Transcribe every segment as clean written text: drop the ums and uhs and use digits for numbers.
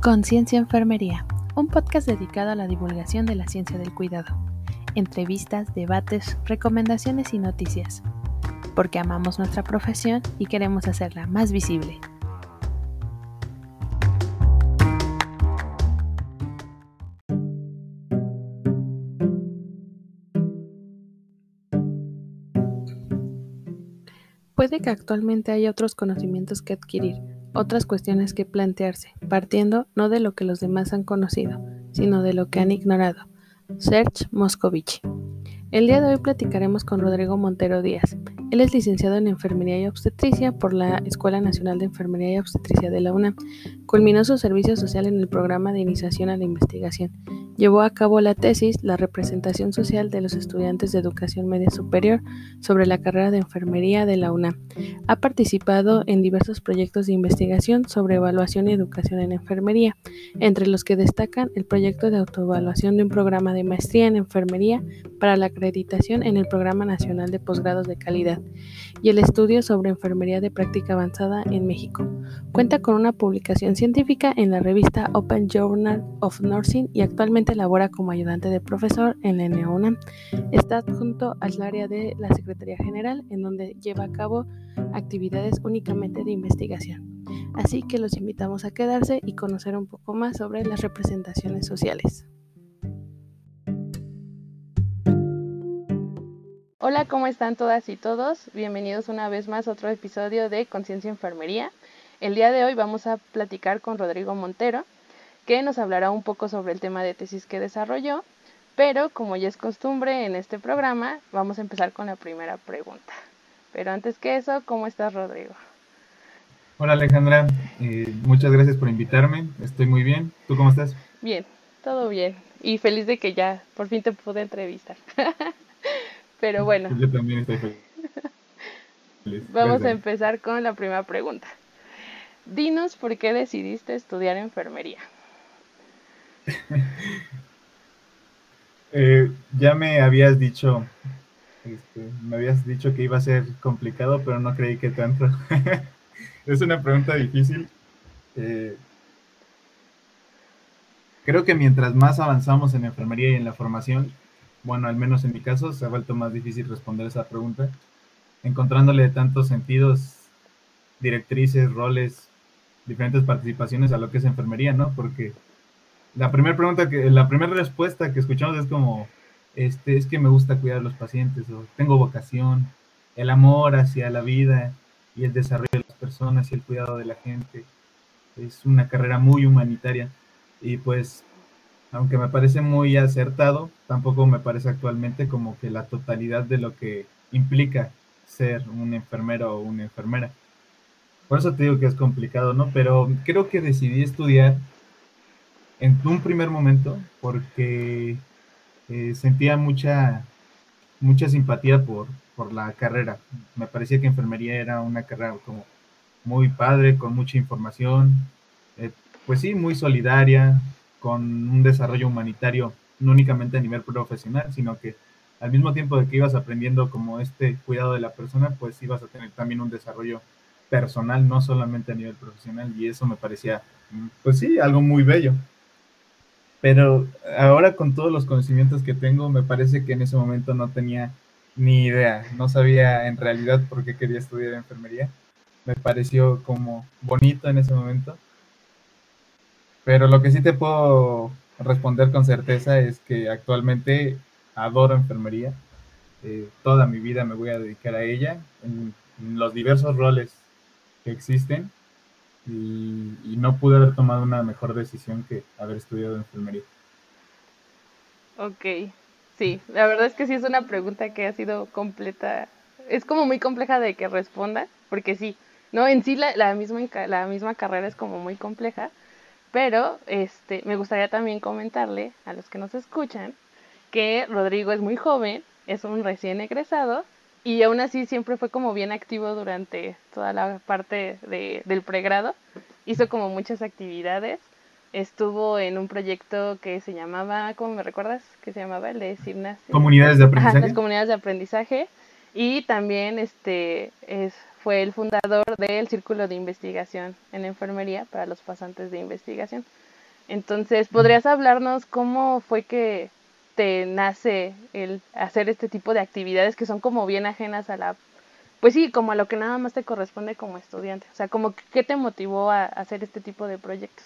Conciencia Enfermería, un podcast dedicado a la divulgación de la ciencia del cuidado. Entrevistas, debates, recomendaciones y noticias. Porque amamos nuestra profesión y queremos hacerla más visible. Puede que actualmente haya otros conocimientos que adquirir, otras cuestiones que plantearse, partiendo no de lo que los demás han conocido, sino de lo que han ignorado. Serge Moscovici. El día de hoy platicaremos con Rodrigo Montero Díaz. Él es licenciado en Enfermería y Obstetricia por la Escuela Nacional de Enfermería y Obstetricia de la UNAM. Culminó su servicio social en el programa de iniciación a la investigación. Llevó a cabo la tesis La representación social de los estudiantes de educación media superior sobre la carrera de enfermería de la UNAM. Ha participado en diversos proyectos de investigación sobre evaluación y educación en enfermería, entre los que destacan el proyecto de autoevaluación de un programa de maestría en enfermería para la acreditación en el Programa Nacional de Posgrados de Calidad y el estudio sobre enfermería de práctica avanzada en México. Cuenta con una publicación científica en la revista Open Journal of Nursing y actualmente labora como ayudante de profesor en la UNAM. Está adjunto al área de la Secretaría General, en donde lleva a cabo actividades únicamente de investigación. Así que los invitamos a quedarse y conocer un poco más sobre las representaciones sociales. Hola, ¿cómo están todas y todos? Bienvenidos una vez más a otro episodio de Conciencia Enfermería. El día de hoy vamos a platicar con Rodrigo Montero, que nos hablará un poco sobre el tema de tesis que desarrolló, pero como ya es costumbre en este programa, vamos a empezar con la primera pregunta. Pero antes que eso, ¿cómo estás, Rodrigo? Hola Alejandra, muchas gracias por invitarme, estoy muy bien. ¿Tú cómo estás? Bien, todo bien y feliz de que ya por fin te pude entrevistar. Pero bueno, Yo también estoy feliz. vamos a Gracias. empezar con la primera pregunta. Dinos por qué decidiste estudiar enfermería. Ya me habías dicho, me habías dicho que iba a ser complicado, pero no creí que tanto. Es una pregunta difícil. Eh, Creo que mientras más avanzamos en la enfermería y en la formación, bueno, al menos en mi caso, se ha vuelto más difícil responder esa pregunta, encontrándole tantos sentidos, directrices, roles, diferentes participaciones a lo que es enfermería, ¿no? Porque la primera respuesta que escuchamos es como, es que me gusta cuidar a los pacientes, o tengo vocación, el amor hacia la vida y el desarrollo de las personas y el cuidado de la gente. Es una carrera muy humanitaria y pues, aunque me parece muy acertado, tampoco me parece actualmente como que la totalidad de lo que implica ser un enfermero o una enfermera. Por eso te digo que es complicado, ¿no? Pero creo que decidí estudiar en un primer momento porque sentía mucha simpatía por la carrera. Me parecía que enfermería era una carrera como muy padre, con mucha información, pues sí, muy solidaria, con un desarrollo humanitario, no únicamente a nivel profesional, sino que al mismo tiempo de que ibas aprendiendo como este cuidado de la persona, pues ibas a tener también un desarrollo personal, no solamente a nivel profesional, y eso me parecía, pues sí, algo muy bello. Pero ahora con todos los conocimientos que tengo, me parece que en ese momento no tenía ni idea, no sabía en realidad por qué quería estudiar enfermería. Me pareció como bonito en ese momento, pero lo que sí te puedo responder con certeza es que actualmente adoro enfermería. Toda mi vida me voy a dedicar a ella en los diversos roles que existen y no pude haber tomado una mejor decisión que haber estudiado enfermería. Ok, sí, la verdad es que sí es una pregunta que ha sido completa, es como muy compleja de que responda, porque sí, no, en sí la misma carrera es como muy compleja, pero me gustaría también comentarle a los que nos escuchan que Rodrigo es muy joven, es un recién egresado y aún así siempre fue como bien activo durante toda la parte del pregrado. Hizo como muchas actividades. Estuvo en un proyecto que se llamaba, ¿cómo me recuerdas? Que se llamaba el de gimnasia. ¿Comunidades de Ajá, las aprendizaje? comunidades de aprendizaje. Y también fue el fundador del Círculo de Investigación en Enfermería para los pasantes de investigación. Entonces, ¿podrías hablarnos cómo fue que te nace el hacer este tipo de actividades que son como bien ajenas a la, pues sí, como a lo que nada más te corresponde como estudiante? O sea, como qué te motivó a hacer este tipo de proyectos.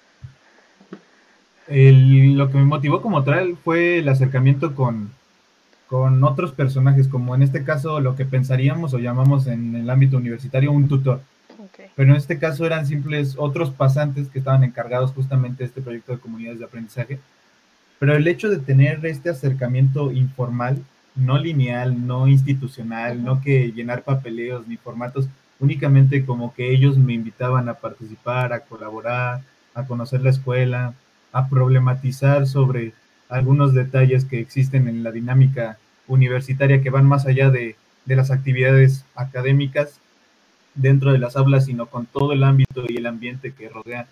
Lo que me motivó como tal fue el acercamiento con otros personajes, como en este caso lo que pensaríamos o llamamos en el ámbito universitario un tutor. Okay. Pero en este caso eran simples otros pasantes que estaban encargados justamente de este proyecto de comunidades de aprendizaje. Pero el hecho de tener este acercamiento informal, no lineal, no institucional, no que llenar papeleos ni formatos, únicamente como que ellos me invitaban a participar, a colaborar, a conocer la escuela, a problematizar sobre algunos detalles que existen en la dinámica universitaria que van más allá de las actividades académicas dentro de las aulas, sino con todo el ámbito y el ambiente que rodea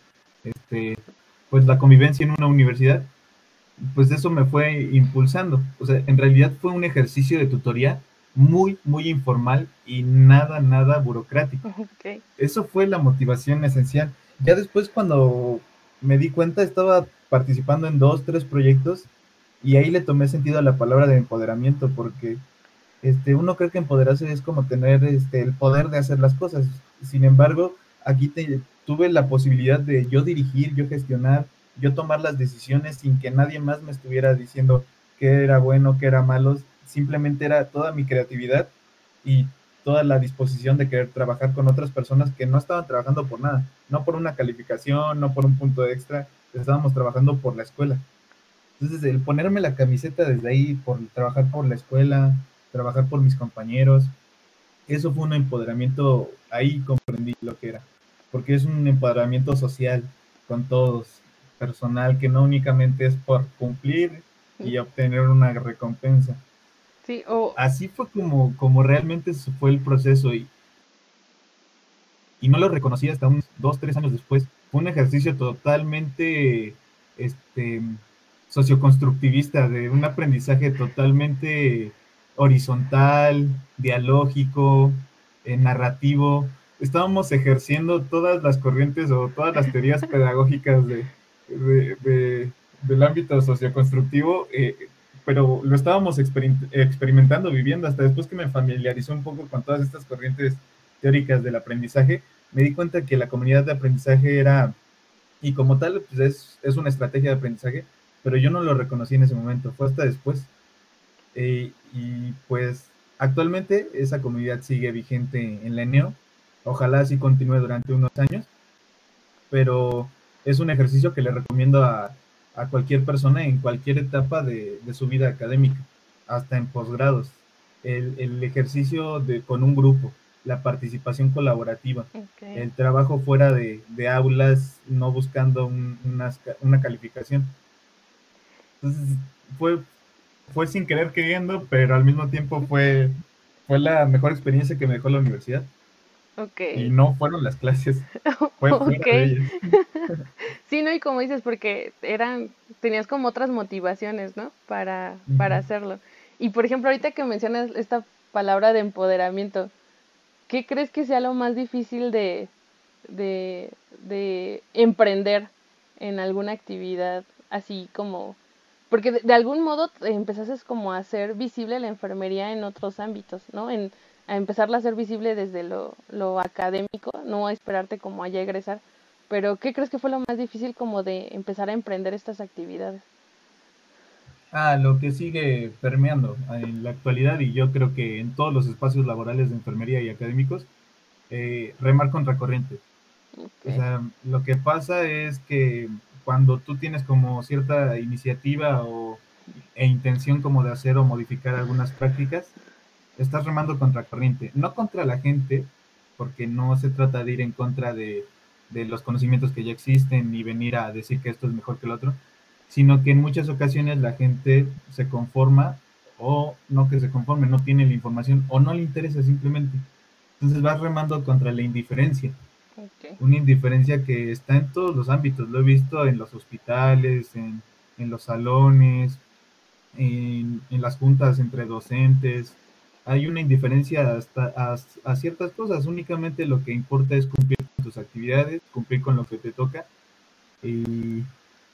pues la convivencia en una universidad. Pues eso me fue impulsando. O sea, en realidad fue un ejercicio de tutoría muy, muy informal y nada, nada burocrático. Okay. Eso fue la motivación esencial. Ya después cuando me di cuenta estaba participando en 2, 3 proyectos y ahí le tomé sentido a la palabra de empoderamiento porque uno cree que empoderarse es como tener el poder de hacer las cosas. Sin embargo, aquí tuve la posibilidad de yo dirigir, yo gestionar, yo tomar las decisiones sin que nadie más me estuviera diciendo qué era bueno, qué era malo. Simplemente era toda mi creatividad y toda la disposición de querer trabajar con otras personas que no estaban trabajando por nada, no por una calificación, no por un punto extra, estábamos trabajando por la escuela. Entonces, el ponerme la camiseta desde ahí, por trabajar por la escuela, trabajar por mis compañeros, eso fue un empoderamiento, ahí comprendí lo que era, porque es un empoderamiento social con todos, personal, que no únicamente es por cumplir y obtener una recompensa. Sí, o Así fue como realmente fue el proceso y no lo reconocí hasta unos 2, 3 años después. Fue un ejercicio totalmente este, socioconstructivista, de un aprendizaje totalmente horizontal, dialógico, narrativo. Estábamos ejerciendo todas las corrientes o todas las teorías pedagógicas del ámbito socioconstructivo, pero lo estábamos experimentando, viviendo, hasta después que me familiarizó un poco con todas estas corrientes teóricas del aprendizaje, me di cuenta que la comunidad de aprendizaje era, y como tal, pues es una estrategia de aprendizaje, pero yo no lo reconocí en ese momento, fue hasta después. Y pues actualmente esa comunidad sigue vigente en la ENEO, ojalá así continúe durante unos años, pero es un ejercicio que le recomiendo a cualquier persona en cualquier etapa de su vida académica, hasta en posgrados. El ejercicio con un grupo, la participación colaborativa, okay. el trabajo fuera de aulas, no buscando una calificación. Entonces, fue, fue sin querer queriendo, pero al mismo tiempo fue la mejor experiencia que me dejó la universidad. Y Okay. no fueron las clases, fue fuera de Okay. ellas. Sí, no, y como dices, porque tenías como otras motivaciones, ¿no? Para Ujú. hacerlo. Y por ejemplo, ahorita que mencionas esta palabra de empoderamiento, ¿qué crees que sea lo más difícil de emprender en alguna actividad así como... Porque de algún modo empezaste como a hacer visible la enfermería en otros ámbitos, ¿no? A empezarla a hacer visible desde lo académico, no a esperarte como allá egresar. Pero ¿qué crees que fue lo más difícil como de empezar a emprender estas actividades? Lo que sigue permeando en la actualidad, y yo creo que en todos los espacios laborales de enfermería y académicos, remar contracorriente. O Okay. sea, lo que pasa es que cuando tú tienes como cierta iniciativa e intención como de hacer o modificar algunas prácticas, estás remando contracorriente, no contra la gente, porque no se trata de ir en contra de los conocimientos que ya existen ni venir a decir que esto es mejor que el otro, sino que en muchas ocasiones la gente se conforma o no que se conforme, no tiene la información o no le interesa simplemente. Entonces vas remando contra la indiferencia, Okay. una indiferencia que está en todos los ámbitos. Lo he visto en los hospitales, en los salones, en las juntas entre docentes. Hay una indiferencia hasta a ciertas cosas. Únicamente lo que importa es cumplir con tus actividades, cumplir con lo que te toca. Y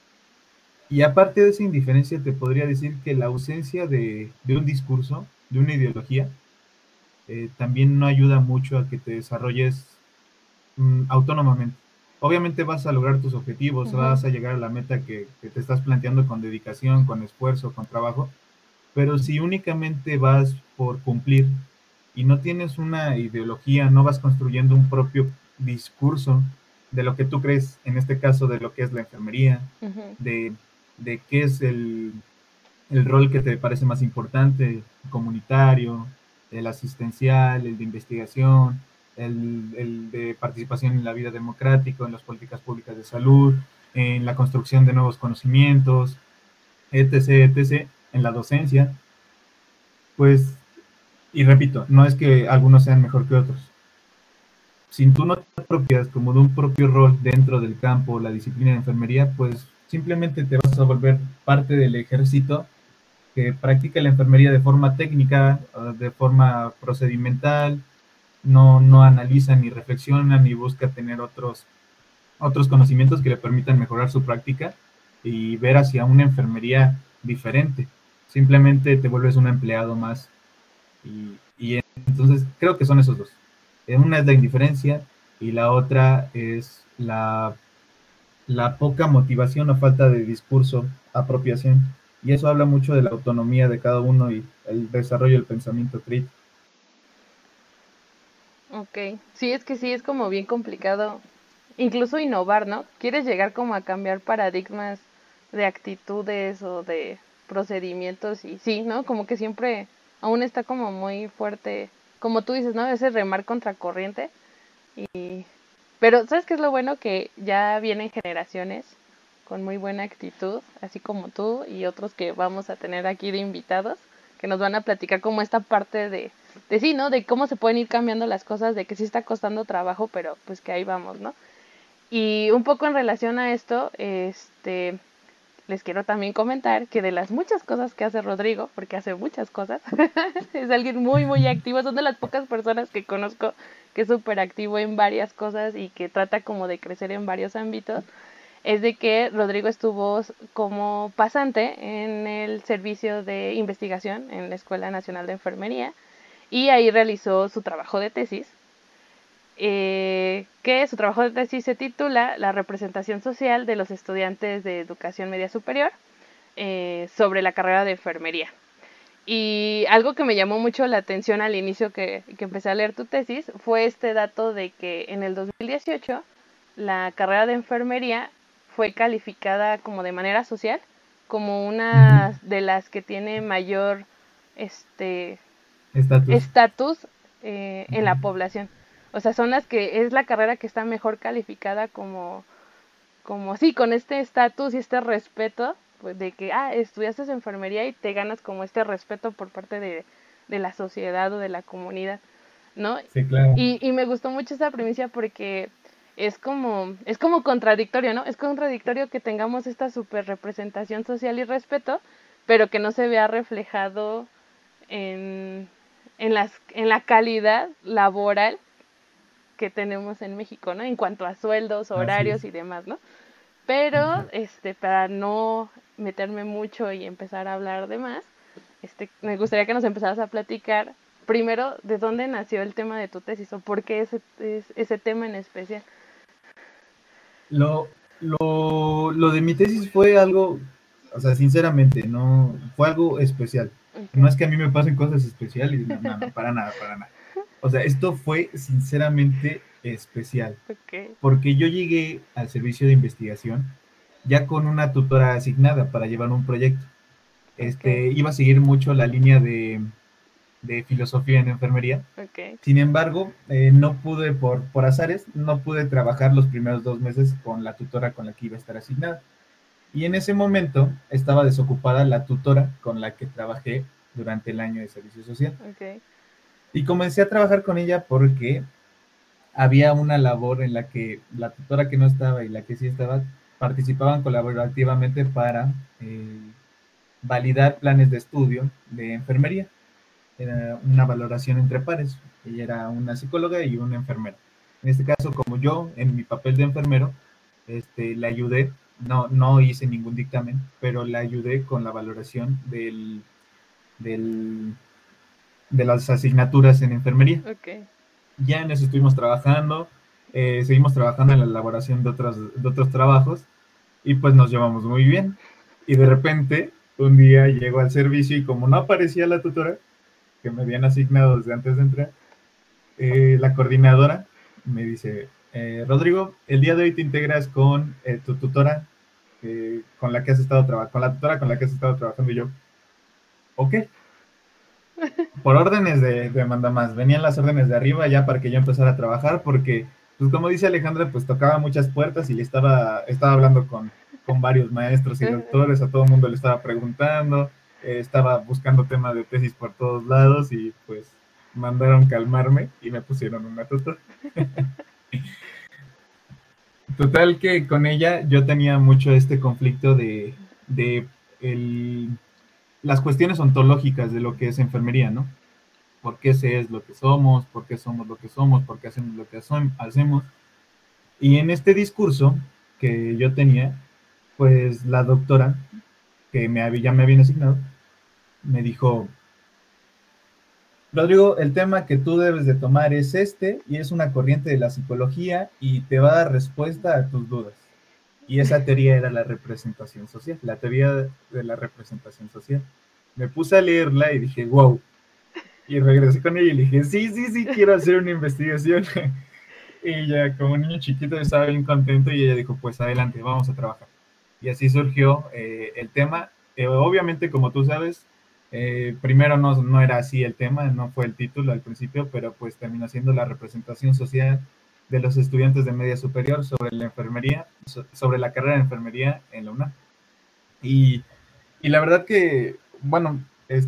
Y aparte de esa indiferencia, te podría decir que la ausencia de un discurso, de una ideología, también no ayuda mucho a que te desarrolles autónomamente. Obviamente vas a lograr tus objetivos, Ujú, vas a llegar a la meta que te estás planteando con dedicación, con esfuerzo, con trabajo, pero si únicamente vas por cumplir y no tienes una ideología, no vas construyendo un propio discurso de lo que tú crees, en este caso de lo que es la enfermería, ujú. de, de qué es el rol que te parece más importante, comunitario, el asistencial, el de investigación, el de participación en la vida democrática, en las políticas públicas de salud, en la construcción de nuevos conocimientos, etc., etc., en la docencia, pues, y repito, no es que algunos sean mejor que otros. Si tú no te apropias como de un propio rol dentro del campo, la disciplina de enfermería, pues simplemente te vas a volver parte del ejército que practica la enfermería de forma técnica, de forma procedimental, no analiza ni reflexiona ni busca tener otros conocimientos que le permitan mejorar su práctica y ver hacia una enfermería diferente. Simplemente te vuelves un empleado más y entonces creo que son esos dos. Una es la indiferencia y la otra es la poca motivación o falta de discurso, apropiación. Y eso habla mucho de la autonomía de cada uno y el desarrollo del pensamiento crítico. Ok, sí, es que sí, es como bien complicado, incluso innovar, ¿no? Quieres llegar como a cambiar paradigmas de actitudes o de procedimientos y sí, ¿no? Como que siempre aún está como muy fuerte, como tú dices, ¿no? Ese remar contracorriente. Pero ¿sabes qué es lo bueno? Que ya vienen generaciones con muy buena actitud, así como tú y otros que vamos a tener aquí de invitados, que nos van a platicar como esta parte de sí, ¿no? De cómo se pueden ir cambiando las cosas, de que sí está costando trabajo, pero pues que ahí vamos, ¿no? Y un poco en relación a esto, les quiero también comentar que de las muchas cosas que hace Rodrigo, porque hace muchas cosas, es alguien muy, muy activo, son de las pocas personas que conozco que es súper activo en varias cosas y que trata como de crecer en varios ámbitos, es de que Rodrigo estuvo como pasante en el servicio de investigación en la Escuela Nacional de Enfermería y ahí realizó su trabajo de tesis, que su trabajo de tesis se titula La representación social de los estudiantes de educación media superior sobre la carrera de enfermería. Y algo que me llamó mucho la atención al inicio que empecé a leer tu tesis fue este dato de que en el 2018 la carrera de enfermería fue calificada como de manera social, como Ujú. una de las que tiene mayor este Estatus. estatus en Ujú. la población. O sea, son las que es la carrera que está mejor calificada como sí, con este estatus y este respeto, pues de que, estudiaste enfermería y te ganas como este respeto por parte de la sociedad o de la comunidad, ¿no? Sí, claro. Y me gustó mucho esa premisa porque es como contradictorio, ¿no? Es contradictorio que tengamos esta super representación social y respeto, pero que no se vea reflejado en, en la calidad laboral que tenemos en México, ¿no? En cuanto a sueldos, Así horarios es. y demás, ¿no? Pero, para no meterme mucho y empezar a hablar de más, me gustaría que nos empezaras a platicar primero de dónde nació el tema de tu tesis o por qué ese tema en especial. Lo de mi tesis fue algo, o sea, sinceramente, no, fue algo especial. No Okay, es que a mí me pasen cosas especiales, no, no, no, para nada, para nada. O sea, esto fue sinceramente especial, okay, porque yo llegué al servicio de investigación ya con una tutora asignada para llevar un proyecto. okay, Iba a seguir mucho la línea de filosofía en enfermería. okay, Sin embargo, no pude, por azares, no pude trabajar los primeros 2 meses con la tutora con la que iba a estar asignada. Y en ese momento estaba desocupada la tutora con la que trabajé durante el año de servicio social. okay, Y comencé a trabajar con ella porque había una labor en la que la tutora que no estaba y la que sí estaba participaban colaborativamente para validar planes de estudio de enfermería. Era una valoración entre pares. Ella era una psicóloga y una enfermera. En este caso, como yo, en mi papel de enfermero, le ayudé no hice ningún dictamen, pero le ayudé con la valoración de las asignaturas en enfermería. Ok. Ya en eso estuvimos trabajando, seguimos trabajando en la elaboración de otros trabajos y pues nos llevamos muy bien. Y de repente, un día llego al servicio y como no aparecía la tutora, que me habían asignado desde antes de entrar, la coordinadora me dice, Rodrigo, el día de hoy te integras con tu tutora, con la que has estado trabajando, con la tutora con la que has estado trabajando. Y yo, ok, por órdenes de mandamás, venían las órdenes de arriba ya para que yo empezara a trabajar, porque, pues como dice Alejandra, pues tocaba muchas puertas y estaba hablando con varios maestros y doctores, a todo el mundo le estaba preguntando, estaba buscando temas de tesis por todos lados y pues mandaron calmarme y me pusieron una tutora. Total que con ella yo tenía mucho este conflicto de el, las cuestiones ontológicas de lo que es enfermería, ¿no? ¿Por qué se es lo que somos? ¿Por qué somos lo que somos? ¿Por qué hacemos lo que hacemos? Y en este discurso que yo tenía, pues la doctora ya me habían asignado, me dijo, Rodrigo, el tema que tú debes de tomar es este y es una corriente de la psicología y te va a dar respuesta a tus dudas. Y esa teoría era la representación social, la teoría de la representación social. Me puse a leerla y dije, wow. Y regresé con ella y le dije, sí, sí, sí, quiero hacer una investigación. Y ya como un niño chiquito estaba bien contento y ella dijo, pues adelante, vamos a trabajar. Y así surgió el tema. Obviamente, como tú sabes, primero no era así el tema, no fue el título al principio, pero pues terminó siendo la representación social de los estudiantes de media superior sobre la enfermería, sobre la carrera de enfermería en la UNAM. Y, y la verdad que, bueno,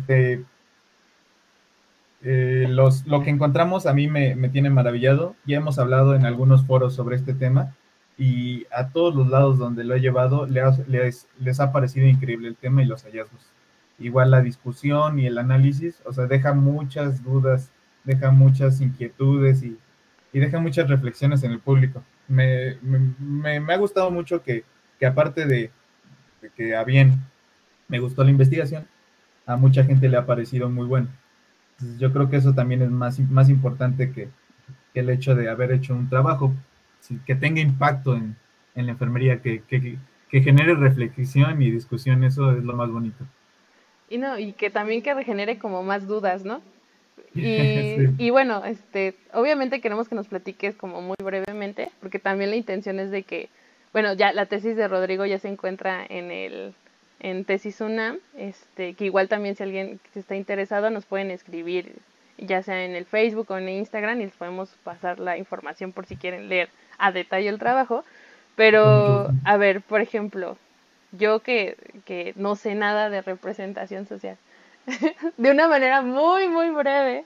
lo que encontramos a mí me tiene maravillado. Ya hemos hablado en algunos foros sobre este tema y a todos los lados donde lo he llevado les ha parecido increíble el tema y los hallazgos. Igual la discusión y el análisis, o sea, deja muchas dudas, deja muchas inquietudes y deja muchas reflexiones en el público. Me ha gustado mucho que aparte de que a bien me gustó la investigación, a mucha gente le ha parecido muy bueno. Entonces, yo creo que eso también es más importante que el hecho de haber hecho un trabajo sí, que tenga impacto en la enfermería, que genere reflexión y discusión, eso es lo más bonito. Y no, y que también que genere como más dudas, ¿no? Sí. Y bueno, obviamente queremos que nos platiques como muy brevemente, porque también la intención es de que, bueno, ya la tesis de Rodrigo ya se encuentra en Tesis UNAM, que igual también si alguien está interesado nos pueden escribir, ya sea en el Facebook o en el Instagram, y les podemos pasar la información por si quieren leer a detalle el trabajo. Con mucho gusto. Pero, a ver, por ejemplo, yo que no sé nada de representación social, de una manera muy, muy breve,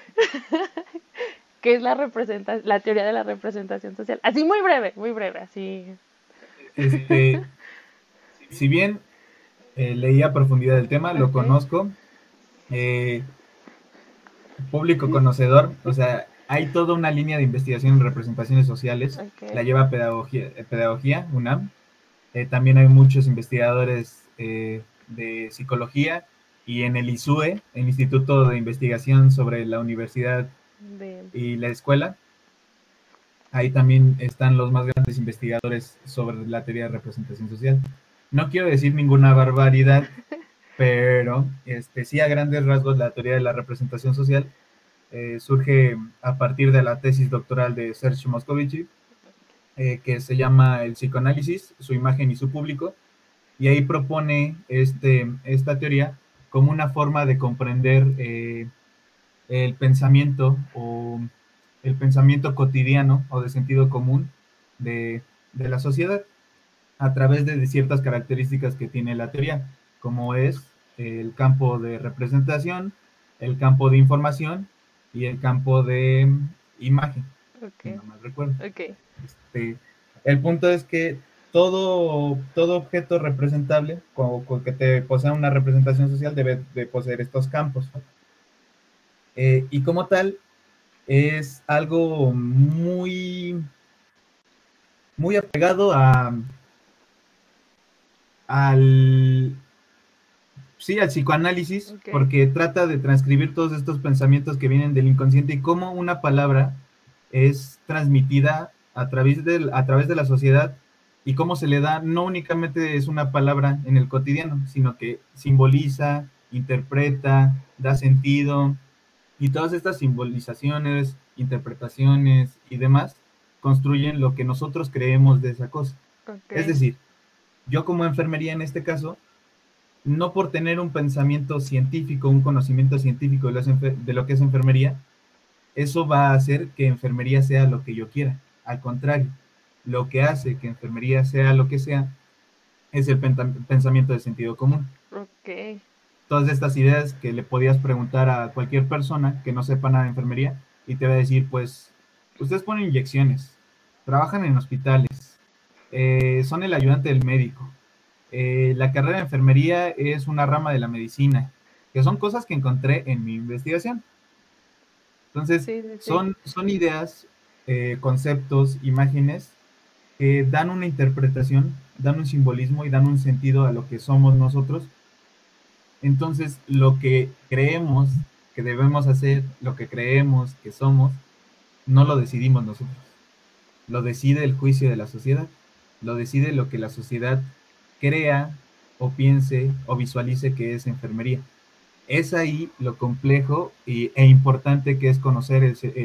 que es la teoría de la representación social. Así muy breve, así. Este, si bien leí a profundidad el tema, lo Ok, conozco, eh, público conocedor, o sea, hay toda una línea de investigación en representaciones sociales, la ok, lleva pedagogía UNAM. También hay muchos investigadores de psicología y en el ISUE, el Instituto de Investigación sobre la Universidad de, y la Escuela, ahí también están los más grandes investigadores sobre la teoría de representación social. No quiero decir ninguna barbaridad, pero sí a grandes rasgos la teoría de la representación social surge a partir de la tesis doctoral de Serge Moscovici, que se llama El psicoanálisis, su imagen y su público, y ahí propone esta teoría como una forma de comprender el pensamiento o el pensamiento cotidiano o de sentido común de la sociedad a través de ciertas características que tiene la teoría, como es el campo de representación, el campo de información y el campo de imagen, si ok, no mal recuerdo. ok, Este, el punto es que todo objeto representable, que te posea una representación social, debe de poseer estos campos. Y como tal, es algo muy apegado al, sí, al psicoanálisis, Ok. porque trata de transcribir todos estos pensamientos que vienen del inconsciente y cómo una palabra es transmitida a través de la sociedad y cómo se le da, no únicamente es una palabra en el cotidiano, sino que simboliza, interpreta, da sentido, y todas estas simbolizaciones, interpretaciones y demás construyen lo que nosotros creemos de esa cosa. Es Ok. decir, yo como enfermería en este caso, no por tener un pensamiento científico, un conocimiento científico de lo que es enfermería, eso va a hacer que enfermería sea lo que yo quiera. Al contrario, lo que hace que enfermería sea lo que sea es el pensamiento de sentido común. Ok. Todas estas ideas que le podías preguntar a cualquier persona que no sepa nada de enfermería y te va a decir, pues, ustedes ponen inyecciones, trabajan en hospitales, son el ayudante del médico, la carrera de enfermería es una rama de la medicina, que son cosas que encontré en mi investigación. Entonces, Sí, sí, sí. son ideas, conceptos, imágenes que dan una interpretación, dan un simbolismo y dan un sentido a lo que somos nosotros. Entonces, lo que creemos que debemos hacer, lo que creemos que somos, no lo decidimos nosotros. Lo decide el juicio de la sociedad. Lo decide lo que la sociedad crea o piense o visualice que es enfermería. Es ahí lo complejo e importante que es conocer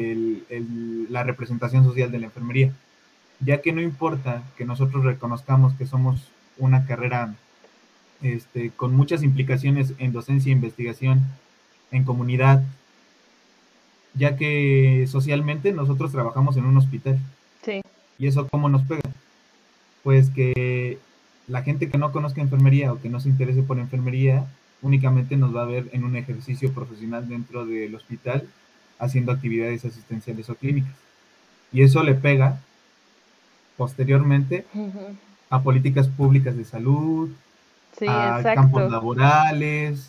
la representación social de la enfermería, ya que no importa que nosotros reconozcamos que somos una carrera con muchas implicaciones en docencia e investigación, en comunidad, ya que socialmente nosotros trabajamos en un hospital. Sí. ¿Y eso cómo nos pega? Pues que la gente que no conozca enfermería o que no se interese por enfermería únicamente nos va a ver en un ejercicio profesional dentro del hospital haciendo actividades asistenciales o clínicas. Y eso le pega posteriormente Ujú. a políticas públicas de salud, Sí, a campos exacto. laborales,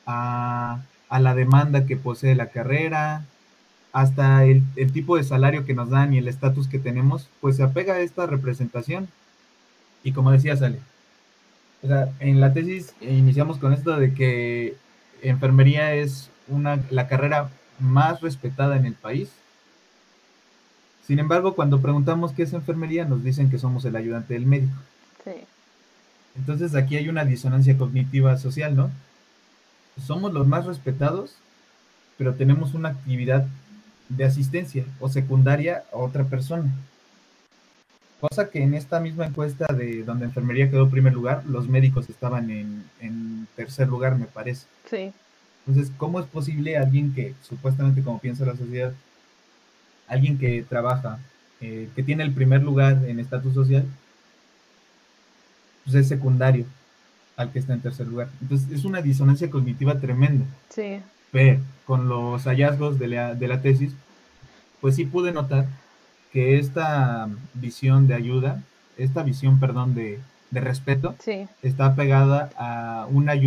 a la demanda que posee la carrera, hasta el tipo de salario que nos dan y el estatus que tenemos, pues se apega a esta representación. Y como decía Sale, o sea, en la tesis iniciamos con esto de que enfermería es la carrera más respetada en el país. Sin embargo, cuando preguntamos qué es enfermería, nos dicen que somos el ayudante del médico. Sí. Entonces aquí hay una disonancia cognitiva social, ¿no? Somos los más respetados, pero tenemos una actividad de asistencia o secundaria a otra persona. Cosa que en esta misma encuesta de donde enfermería quedó en primer lugar, los médicos estaban en tercer lugar, me parece. Sí. Entonces, ¿cómo es posible alguien que supuestamente, como piensa la sociedad, alguien que trabaja, que tiene el primer lugar en estatus social, pues es secundario al que está en tercer lugar? Entonces, es una disonancia cognitiva tremenda. Sí. Pero con los hallazgos de la tesis, pues sí pude notar que esta visión de ayuda, esta visión, perdón, de respeto, Sí. está pegada a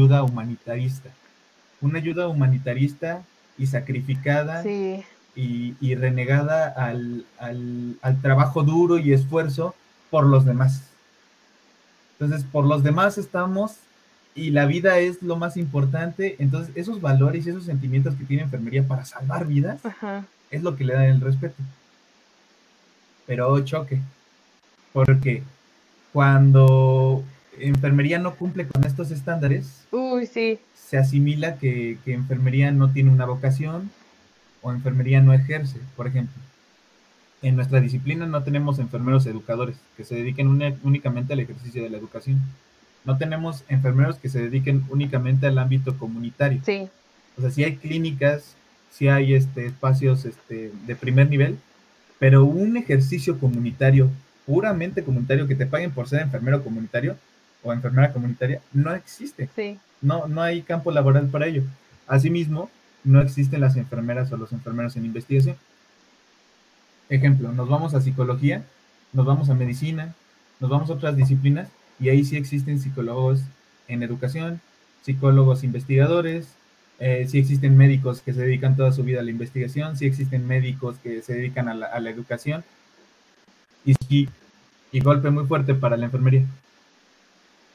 una ayuda humanitarista y sacrificada Sí. y renegada al trabajo duro y esfuerzo por los demás. Entonces, por los demás estamos y la vida es lo más importante. Entonces, esos valores y esos sentimientos que tiene enfermería para salvar vidas Ajá. es lo que le da el respeto. Pero choque, porque cuando enfermería no cumple con estos estándares, Uy, sí. se asimila que enfermería no tiene una vocación o enfermería no ejerce. Por ejemplo, en nuestra disciplina no tenemos enfermeros educadores que se dediquen únicamente al ejercicio de la educación. No tenemos enfermeros que se dediquen únicamente al ámbito comunitario. Sí. O sea, sí hay clínicas, sí hay espacios de primer nivel, pero un ejercicio comunitario, puramente comunitario, que te paguen por ser enfermero comunitario o enfermera comunitaria, no existe. Sí. No, no hay campo laboral para ello. Asimismo, no existen las enfermeras o los enfermeros en investigación. Ejemplo, nos vamos a psicología, nos vamos a medicina, nos vamos a otras disciplinas y ahí sí existen psicólogos en educación, psicólogos investigadores, sí existen médicos que se dedican toda su vida a la investigación, sí existen médicos que se dedican a la educación y sí, y golpe muy fuerte para la enfermería.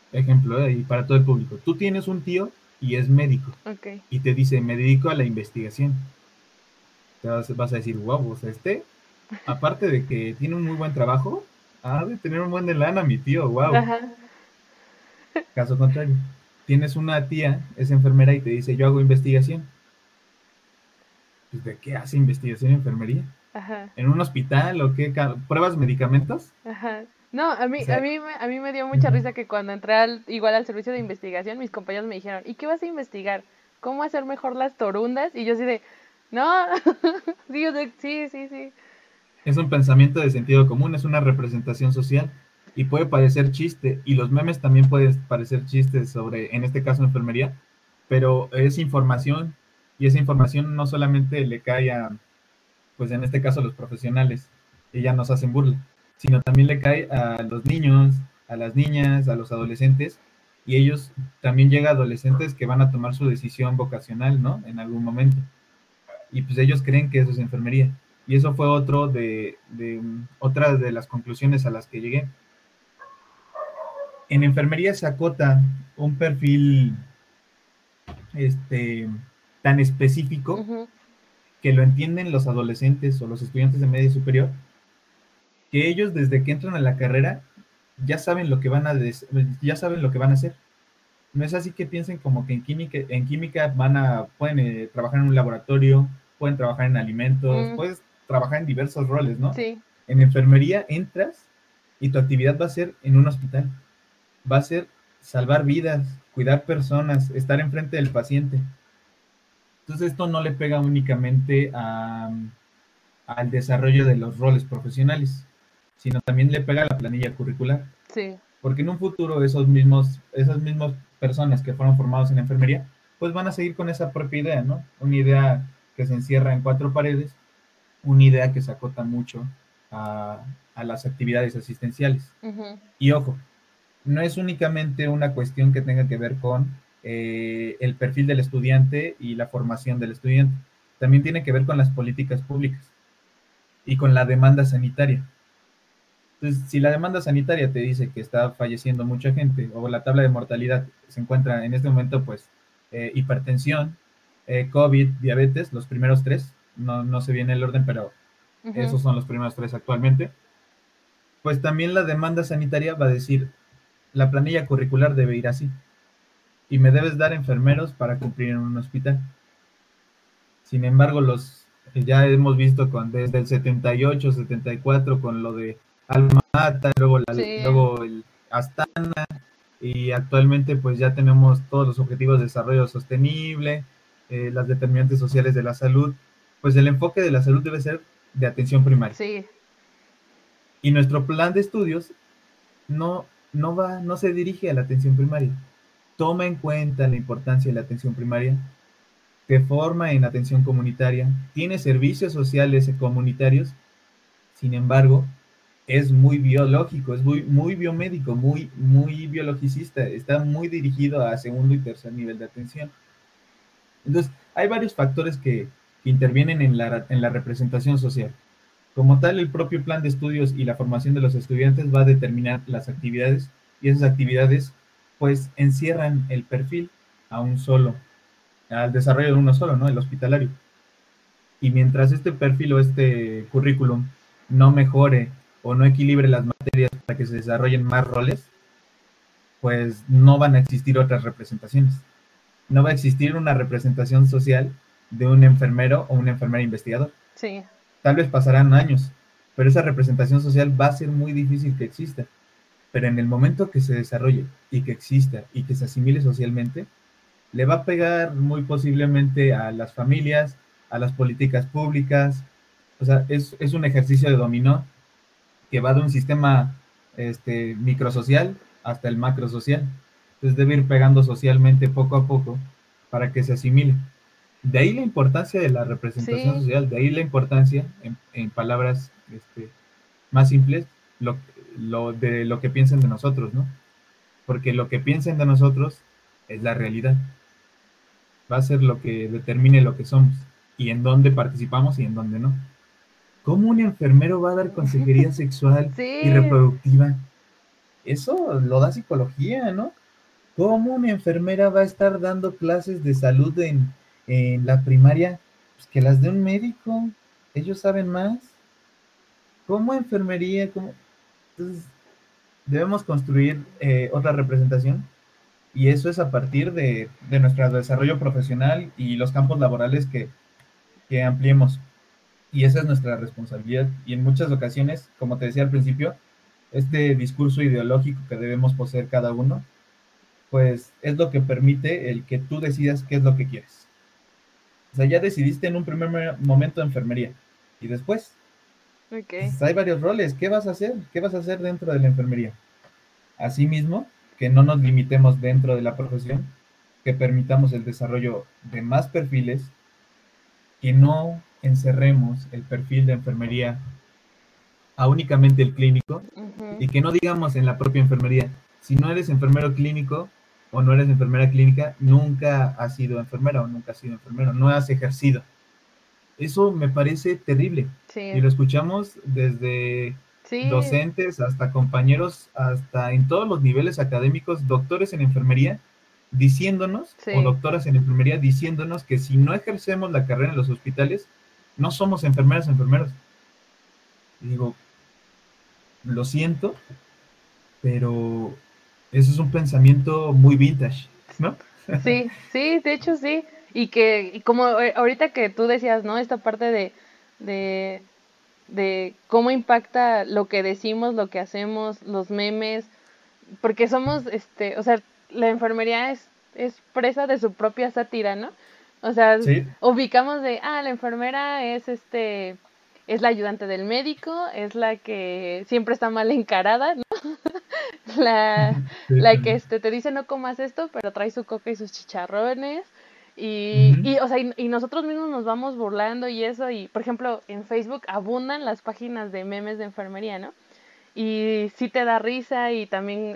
ejemplo, y para todo el público, tú tienes un tío y es médico Ok. y te dice, me dedico a la investigación. Vas a decir, wow, o sea, aparte de que tiene un muy buen trabajo, ha de tener un buen de lana, mi tío, wow. Ajá. Caso contrario, tienes una tía, es enfermera y te dice, yo hago investigación. Pues, ¿de qué hace investigación en enfermería? Ajá. ¿En un hospital o qué? ¿Pruebas medicamentos? Ajá. No, a O mí, a sea, mí, a mí me dio mucha ujú. risa que cuando entré igual al servicio de investigación, mis compañeros me dijeron, ¿y qué vas a investigar? ¿Cómo hacer mejor las torundas? Y yo así de, no, sí, sí, sí, sí. Es un pensamiento de sentido común, es una representación social y puede parecer chiste, y los memes también pueden parecer chistes sobre, en este caso, enfermería, pero es información, y esa información no solamente le cae a, pues en este caso, a los profesionales, y ya nos hacen burla, sino también le cae a los niños, a las niñas, a los adolescentes, y ellos también llega a adolescentes que van a tomar su decisión vocacional, ¿no? En algún momento, y pues ellos creen que eso es enfermería. Y eso fue otra de las conclusiones a las que llegué. En enfermería se acota un perfil este, tan específico Ujú. que lo entienden los adolescentes o los estudiantes de media superior, que ellos desde que entran a la carrera ya saben lo que ya saben lo que van a hacer. No es así que piensen como que en química pueden trabajar en un laboratorio, pueden trabajar en alimentos, Mm, puedes trabajar en diversos roles, ¿no? sí. En enfermería entras y tu actividad va a ser en un hospital, va a ser salvar vidas, cuidar personas, estar enfrente del paciente. Entonces esto no le pega únicamente al desarrollo de los roles profesionales, sino también le pega a la planilla curricular. Sí. Porque en un futuro esas mismas personas que fueron formados en enfermería, pues van a seguir con esa propia idea, ¿no? Una idea que se encierra en cuatro paredes, una idea que se acota mucho a, a las actividades asistenciales. Ujú. Y ojo, no es únicamente una cuestión que tenga que ver con el perfil del estudiante y la formación del estudiante. También tiene que ver con las políticas públicas y con la demanda sanitaria. Entonces, si la demanda sanitaria te dice que está falleciendo mucha gente o la tabla de mortalidad se encuentra en este momento, pues, hipertensión, COVID, diabetes, los primeros tres, no se viene el orden, pero Ujú. esos son los primeros tres actualmente, pues también la demanda sanitaria va a decir, la planilla curricular debe ir así y me debes dar enfermeros para cumplir en un hospital. Sin embargo, ya hemos visto desde el 78, 74 con lo de Alma Ata, Sí. luego el Astana, y actualmente pues ya tenemos todos los objetivos de desarrollo sostenible, las determinantes sociales de la salud, pues el enfoque de la salud debe ser de atención primaria. Sí. Y nuestro plan de estudios no se dirige a la atención primaria. Toma en cuenta la importancia de la atención primaria, te forma en atención comunitaria, tiene servicios sociales comunitarios, sin embargo, es muy biológico, es muy biomédico, muy biologicista, está muy dirigido a segundo y tercer nivel de atención. Entonces, hay varios factores que intervienen en la representación social. Como tal, el propio plan de estudios y la formación de los estudiantes va a determinar las actividades, y esas actividades pues encierran el perfil a un solo, al desarrollo de uno solo, ¿no? El hospitalario. Y mientras este perfil o este currículum no mejore o no equilibre las materias para que se desarrollen más roles, pues no van a existir otras representaciones. No va a existir una representación social de un enfermero o una enfermera investigador. Sí. Tal vez pasarán años, pero esa representación social va a ser muy difícil que exista. Pero en el momento que se desarrolle y que exista y que se asimile socialmente, le va a pegar muy posiblemente a las familias, a las políticas públicas. O sea, es un ejercicio de dominó que va de un sistema microsocial hasta el macrosocial. Entonces debe ir pegando socialmente poco a poco para que se asimile. De ahí la importancia de la representación Sí. social, de ahí la importancia, en palabras más simples, de lo que piensen de nosotros, ¿no? Porque lo que piensen de nosotros es la realidad. Va a ser lo que determine lo que somos y en dónde participamos y en dónde no. ¿Cómo un enfermero va a dar consejería sexual y Sí. reproductiva? eso lo da psicología, ¿no? ¿Cómo una enfermera va a estar dando clases de salud en la primaria? Pues que las de un médico, ellos saben más. ¿Cómo enfermería? ¿Cómo? Entonces, debemos construir otra representación y eso es a partir de nuestro desarrollo profesional y los campos laborales que ampliemos. Y esa es nuestra responsabilidad. Y en muchas ocasiones, como te decía al principio, este discurso ideológico que debemos poseer cada uno, pues es lo que permite el que tú decidas qué es lo que quieres. O sea, ya decidiste en un primer momento enfermería. Y después, Ok. pues hay varios roles. ¿Qué vas a hacer? ¿Qué vas a hacer dentro de la enfermería? Asimismo, que no nos limitemos dentro de la profesión, que permitamos el desarrollo de más perfiles, que no encerremos el perfil de enfermería a únicamente el clínico Ujú. y que no digamos en la propia enfermería, si no eres enfermero clínico o no eres enfermera clínica, nunca has sido enfermera o nunca has sido enfermero, no has ejercido. Eso me parece terrible y Sí, lo escuchamos desde sí, docentes hasta compañeros, hasta en todos los niveles académicos, doctores en enfermería, diciéndonos, o sí. doctoras en enfermería, diciéndonos que si no ejercemos la carrera en los hospitales, no somos enfermeras o enfermeros. Y digo, lo siento, pero eso es un pensamiento muy vintage, ¿no? Sí, sí, de hecho sí. Y como ahorita que tú decías, ¿no? Esta parte de, de cómo impacta lo que decimos, lo que hacemos, los memes, porque somos, o sea, la enfermería es presa de su propia sátira, ¿no? O sea, Sí. ubicamos la enfermera es la ayudante del médico, es la que siempre está mal encarada, ¿no? La, Sí, la que también. te dice no comas esto, pero trae su coca y sus chicharrones. Ujú. O sea, y nosotros mismos nos vamos burlando y eso. Y, por ejemplo, en Facebook abundan las páginas de memes de enfermería, ¿no? Y sí te da risa y también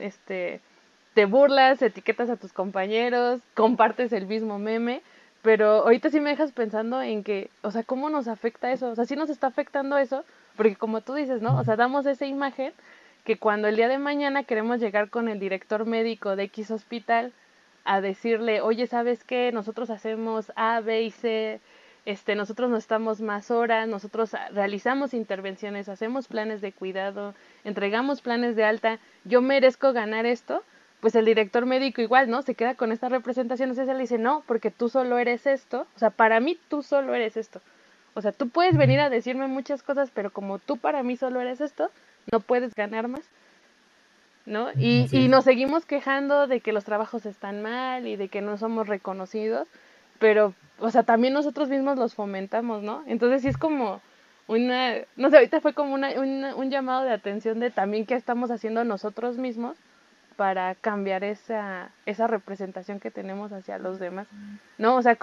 te burlas, etiquetas a tus compañeros, compartes el mismo meme. Pero ahorita sí me dejas pensando en que, o sea, ¿cómo nos afecta eso? O sea, sí nos está afectando eso, porque como tú dices, ¿no? O sea, damos esa imagen que cuando el día de mañana queremos llegar con el director médico de X hospital a decirle, oye, ¿sabes qué? Nosotros hacemos A, B y C, nosotros nos estamos más horas, nosotros realizamos intervenciones, hacemos planes de cuidado, entregamos planes de alta, yo merezco ganar esto, pues el director médico igual, ¿no? Se queda con esta representación, entonces él dice, no, porque tú solo eres esto, o sea, para mí tú solo eres esto. O sea, tú puedes Ujú. venir a decirme muchas cosas, pero como tú para mí solo eres esto, no puedes ganar más, ¿no? Así Y es. nos seguimos quejando de que los trabajos están mal y de que no somos reconocidos, pero, o sea, también nosotros mismos los fomentamos, ¿no? Entonces sí es como no sé, ahorita fue como un llamado de atención de también qué estamos haciendo nosotros mismos para cambiar esa representación que tenemos hacia los demás, ¿no? O sea,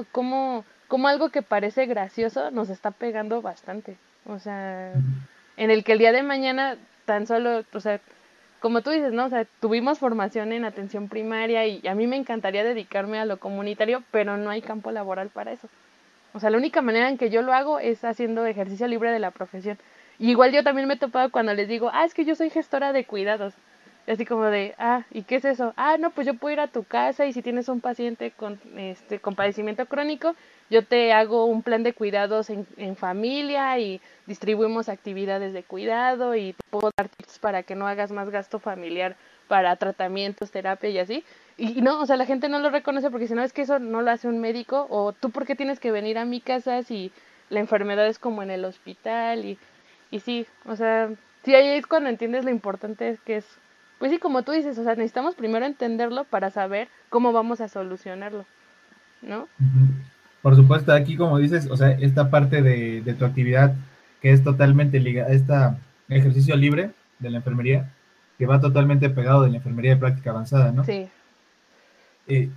como algo que parece gracioso nos está pegando bastante, o sea, Ujú. en el que el día de mañana tan solo, o sea, como tú dices, ¿no? O sea, tuvimos formación en atención primaria y a mí me encantaría dedicarme a lo comunitario, pero no hay campo laboral para eso. O sea, la única manera en que yo lo hago es haciendo ejercicio libre de la profesión. Y igual yo también me he topado cuando les digo, es que yo soy gestora de cuidados. Y así como de, ¿y qué es eso? No, pues yo puedo ir a tu casa y si tienes un paciente con padecimiento crónico, yo te hago un plan de cuidados en familia y distribuimos actividades de cuidado y te puedo dar tips para que no hagas más gasto familiar para tratamientos, terapia y así. Y no, o sea, la gente no lo reconoce porque si no es que eso no lo hace un médico o tú por qué tienes que venir a mi casa si la enfermedad es como en el hospital y sí, o sea, sí ahí es cuando entiendes lo importante que es. Pues sí, como tú dices, o sea, necesitamos primero entenderlo para saber cómo vamos a solucionarlo, ¿no? Ujú. Por supuesto, aquí como dices, o sea, esta parte de tu actividad que es totalmente ligada, este ejercicio libre de la enfermería, que va totalmente pegado de la enfermería de práctica avanzada, ¿no? Sí, Eh,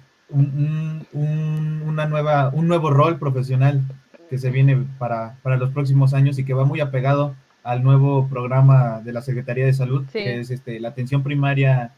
un nuevo rol profesional que se viene para los próximos años y que va muy apegado al nuevo programa de la Secretaría de Salud, que sí, es la atención primaria,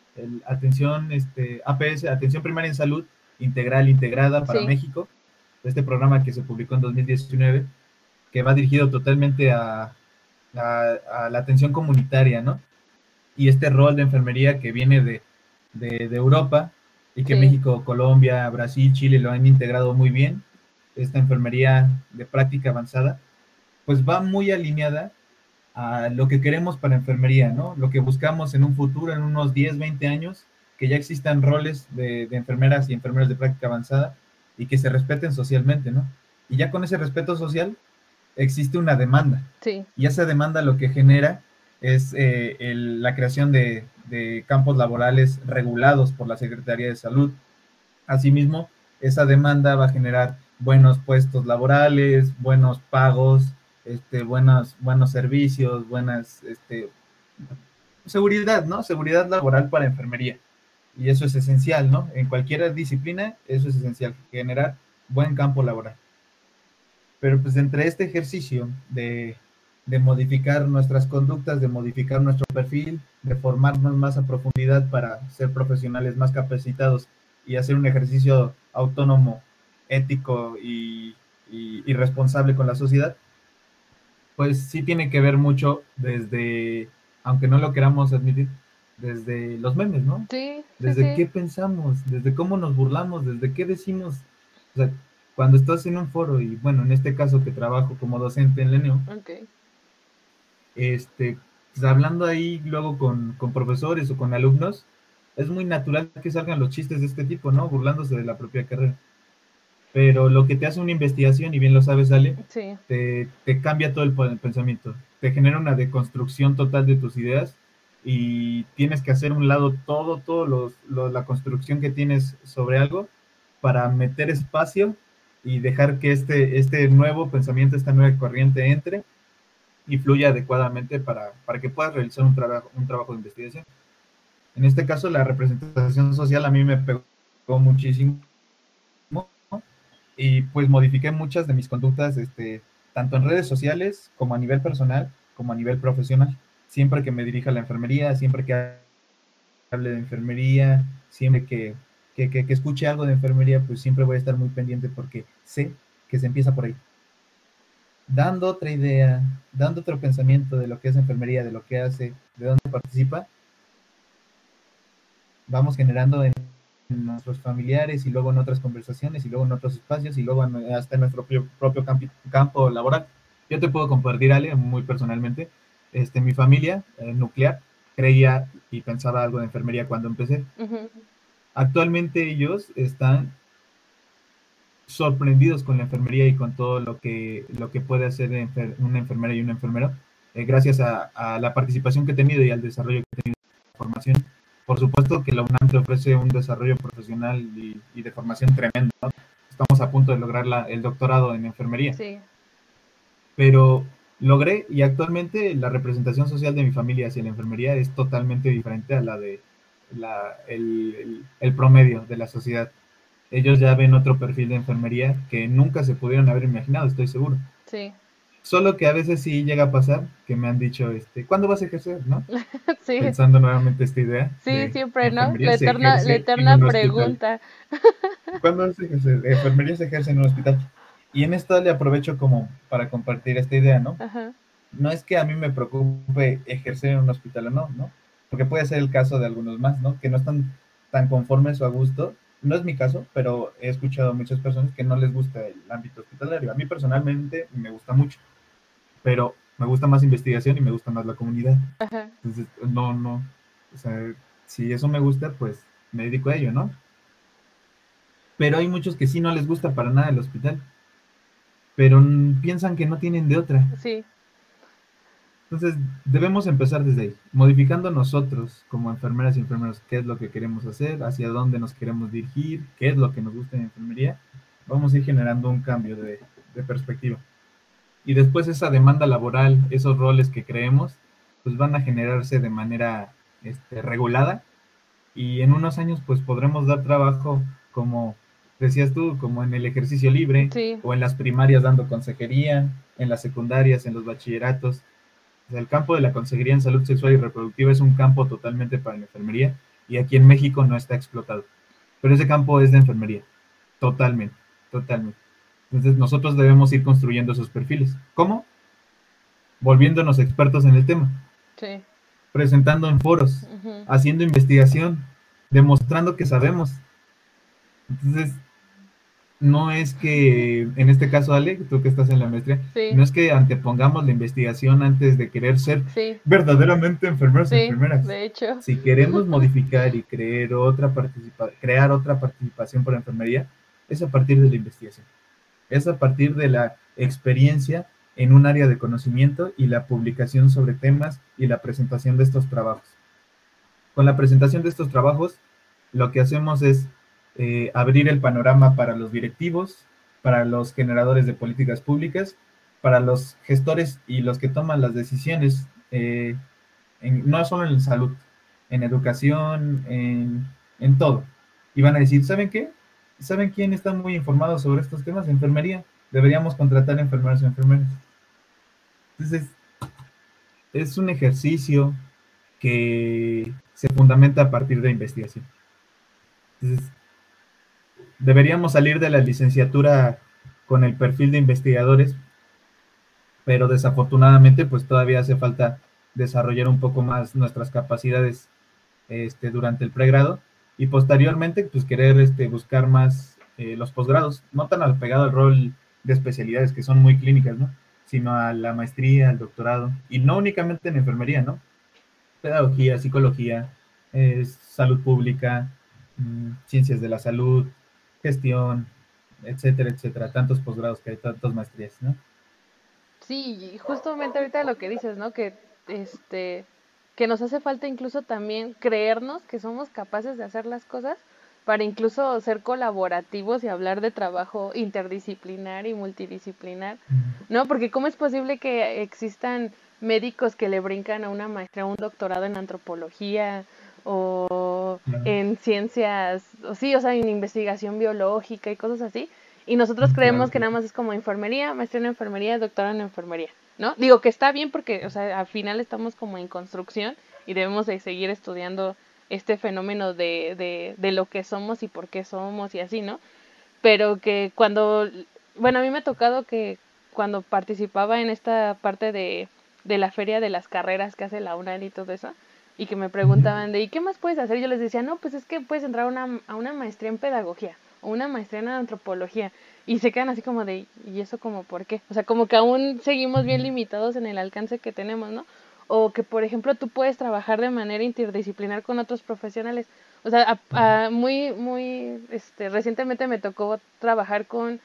APS, atención primaria en salud integral, integrada para sí, México, este programa que se publicó en 2019, que va dirigido totalmente a la atención comunitaria, ¿no? y este rol de enfermería que viene de Europa y que Sí, México, Colombia, Brasil, Chile lo han integrado muy bien, esta enfermería de práctica avanzada, pues va muy alineada a lo que queremos para enfermería, ¿no? Lo que buscamos en un futuro, en unos 10, 20 años, que ya existan roles de enfermeras y enfermeros de práctica avanzada y que se respeten socialmente, ¿no? Y ya con ese respeto social existe una demanda. sí, Y esa demanda lo que genera es la creación de campos laborales regulados por la Secretaría de Salud. Asimismo, esa demanda va a generar buenos puestos laborales, buenos pagos, buenos servicios, buenas seguridad, ¿no? Seguridad laboral para enfermería. Y eso es esencial, ¿no? En cualquier disciplina, eso es esencial, generar buen campo laboral. Pero pues entre este ejercicio de modificar nuestras conductas, de modificar nuestro perfil, de formarnos más a profundidad para ser profesionales más capacitados y hacer un ejercicio autónomo, ético y responsable con la sociedad, pues sí tiene que ver mucho desde, aunque no lo queramos admitir, desde los memes, ¿no? sí, sí, Desde sí. qué pensamos, desde cómo nos burlamos, desde qué decimos. O sea, cuando estás en un foro, y bueno, en este caso que trabajo como docente en Leneo, Ok. pues hablando ahí luego con profesores o con alumnos, es muy natural que salgan los chistes de este tipo, ¿no? Burlándose de la propia carrera. Pero lo que te hace una investigación, y bien lo sabes, Ale, Sí, te cambia todo el pensamiento, te genera una deconstrucción total de tus ideas y tienes que hacer un lado la construcción que tienes sobre algo para meter espacio y dejar que este nuevo pensamiento, esta nueva corriente entre y fluya adecuadamente para que puedas realizar un trabajo de investigación. En este caso, la representación social a mí me pegó muchísimo, ¿no? Y pues modifiqué muchas de mis conductas, tanto en redes sociales como a nivel personal, como a nivel profesional. Siempre que me dirija a la enfermería, siempre que hable de enfermería, siempre que escuche algo de enfermería, pues siempre voy a estar muy pendiente porque sé que se empieza por ahí. Dando otra idea, dando otro pensamiento de lo que es enfermería, de lo que hace, de dónde participa, vamos generando en nuestros familiares y luego en otras conversaciones y luego en otros espacios y luego hasta en nuestro propio campo laboral. Yo te puedo compartir, Ale, muy personalmente, mi familia nuclear creía y pensaba algo de enfermería cuando empecé. ujú, Actualmente ellos están sorprendidos con la enfermería y con todo lo que puede hacer una enfermera y un enfermero, gracias a la participación que he tenido y al desarrollo que he tenido en la formación. Por supuesto que la UNAM te ofrece un desarrollo profesional y de formación tremendo, ¿no? Estamos a punto de lograr el doctorado en enfermería, sí. pero logré y actualmente la representación social de mi familia hacia la enfermería es totalmente diferente a la de el promedio de la sociedad. Ellos ya ven otro perfil de enfermería que nunca se pudieron haber imaginado, estoy seguro. Sí, Solo que a veces sí llega a pasar que me han dicho, ¿cuándo vas a ejercer, no? sí, Pensando nuevamente esta idea sí, de siempre, ¿no? enfermería se La ejerce en eterna un hospital. pregunta. ¿Cuándo vas a ejercer? Enfermería se ejerce en un hospital. Y en esto le aprovecho como para compartir esta idea, ¿no? Ajá, No es que a mí me preocupe ejercer en un hospital o no, ¿no? Porque puede ser el caso de algunos más, ¿no? Que no están tan conformes o a gusto. No es mi caso, pero he escuchado a muchas personas que no les gusta el ámbito hospitalario. A mí personalmente me gusta mucho, pero me gusta más investigación y me gusta más la comunidad. ajá. Entonces, no, o sea, si eso me gusta, pues me dedico a ello, ¿no? Pero hay muchos que sí no les gusta para nada el hospital, pero piensan que no tienen de otra. Sí, Entonces, debemos empezar desde ahí, modificando nosotros como enfermeras y enfermeros qué es lo que queremos hacer, hacia dónde nos queremos dirigir, qué es lo que nos gusta en enfermería. Vamos a ir generando un cambio de perspectiva. Y después esa demanda laboral, esos roles que creemos, pues van a generarse de manera regulada y en unos años pues podremos dar trabajo como decías tú, como en el ejercicio libre sí, o en las primarias dando consejería, en las secundarias, en los bachilleratos. O sea, el campo de la consejería en salud sexual y reproductiva es un campo totalmente para la enfermería y aquí en México no está explotado. Pero ese campo es de enfermería, totalmente, totalmente. Entonces nosotros debemos ir construyendo esos perfiles. ¿Cómo? Volviéndonos expertos en el tema. sí. presentando en foros, haciendo investigación, demostrando que sabemos. Entonces, no es que, en este caso, Ale, tú que estás en la maestría, Sí, no es que antepongamos la investigación antes de querer ser sí, verdaderamente enfermeros o sí, enfermeras. de hecho. Si queremos modificar y crear otra participación por la enfermería, es a partir de la investigación. Es a partir de la experiencia en un área de conocimiento y la publicación sobre temas y la presentación de estos trabajos. Con la presentación de estos trabajos, lo que hacemos es abrir el panorama para los directivos, para los generadores de políticas públicas, para los gestores y los que toman las decisiones, no solo en salud, en educación, en todo. Y van a decir, ¿saben qué? ¿Saben quién está muy informado sobre estos temas? Enfermería. Deberíamos contratar enfermeros y enfermeras. Entonces, es un ejercicio que se fundamenta a partir de investigación. Entonces, deberíamos salir de la licenciatura con el perfil de investigadores, pero desafortunadamente pues todavía hace falta desarrollar un poco más nuestras capacidades durante el pregrado y posteriormente pues querer buscar más los posgrados, no tan apegado al rol de especialidades que son muy clínicas, ¿no? Sino a la maestría, al doctorado, y no únicamente en enfermería, ¿no? Pedagogía, psicología, salud pública, ciencias de la salud, gestión, etcétera, etcétera. Tantos posgrados que hay, tantas maestrías, ¿no? Sí, y justamente ahorita lo que dices, ¿no? Este, que nos hace falta incluso también creernos que somos capaces de hacer las cosas para incluso ser colaborativos y hablar de trabajo interdisciplinar y multidisciplinar, ¿no? Porque ¿cómo es posible que existan médicos que le brincan a una maestría, a un doctorado en antropología o Claro, en ciencias, o sí, o sea, en investigación biológica y cosas así? Y nosotros creemos claro, que nada claro. más es como enfermería, maestría en enfermería, doctora en enfermería, ¿no? Digo que está bien porque, o sea, al final estamos como en construcción y debemos de seguir estudiando este fenómeno de lo que somos y por qué somos y así, ¿no? Pero que cuando, bueno, a mí me ha tocado que cuando participaba en esta parte de la feria de las carreras que hace la UNAM y todo eso, y que me preguntaban de, ¿y qué más puedes hacer? Yo les decía, no, pues es que puedes entrar a una maestría en pedagogía o una maestría en antropología. Y se quedan así como de, ¿y eso como por qué? O sea, como que aún seguimos bien limitados en el alcance que tenemos, ¿no? O que, por ejemplo, tú puedes trabajar de manera interdisciplinar con otros profesionales. O sea, recientemente me tocó trabajar con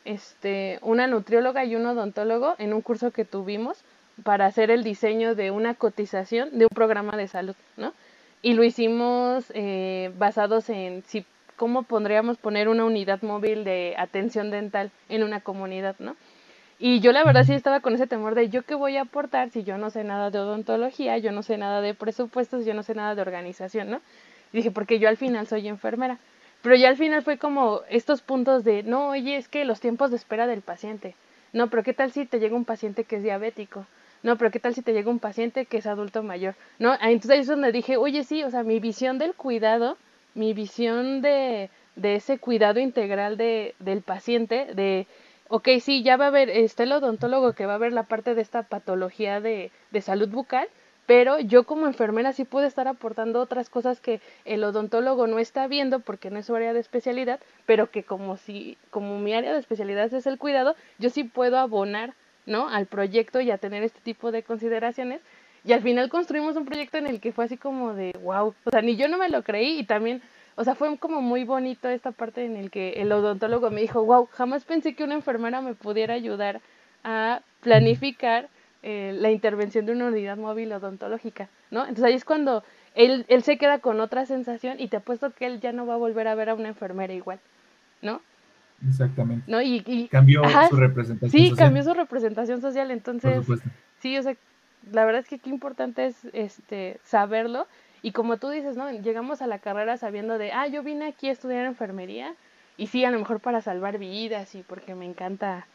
una nutrióloga y un odontólogo en un curso que tuvimos para hacer el diseño de una cotización de un programa de salud, ¿no? Y lo hicimos basados en si cómo podríamos poner una unidad móvil de atención dental en una comunidad, ¿no? Y yo la verdad sí estaba con ese temor de yo qué voy a aportar si yo no sé nada de odontología, yo no sé nada de presupuestos, yo no sé nada de organización, ¿no? Y dije, porque yo al final soy enfermera. Pero ya al final fue como estos puntos de, no, oye, es que los tiempos de espera del paciente. No, pero ¿qué tal si te llega un paciente que es diabético? No, pero ¿qué tal si te llega un paciente que es adulto mayor? ¿No? Entonces ahí es donde dije, oye, sí, o sea, mi visión del cuidado, mi visión de ese cuidado integral del paciente, ok, sí, ya va a haber el odontólogo que va a ver la parte de esta patología de salud bucal, pero yo como enfermera sí puedo estar aportando otras cosas que el odontólogo no está viendo porque no es su área de especialidad, pero que como mi área de especialidad es el cuidado, yo sí puedo abonar, ¿no? Al proyecto y a tener este tipo de consideraciones. Y al final construimos un proyecto en el que fue así como de wow, o sea, ni yo no me lo creí y también, o sea, fue como muy bonito esta parte en el que el odontólogo me dijo, wow, jamás pensé que una enfermera me pudiera ayudar a planificar la intervención de una unidad móvil odontológica, ¿no? Entonces ahí es cuando él se queda con otra sensación y te apuesto que él ya no va a volver a ver a una enfermera igual, ¿no? Exactamente. ¿No? Cambió Ajá, su representación sí, social, cambió su representación social, por entonces, supuesto. sí, o sea, la verdad es que qué importante es saberlo y como tú dices, ¿no? Llegamos a la carrera sabiendo de, yo vine aquí a estudiar enfermería y sí, a lo mejor para salvar vidas y porque me encanta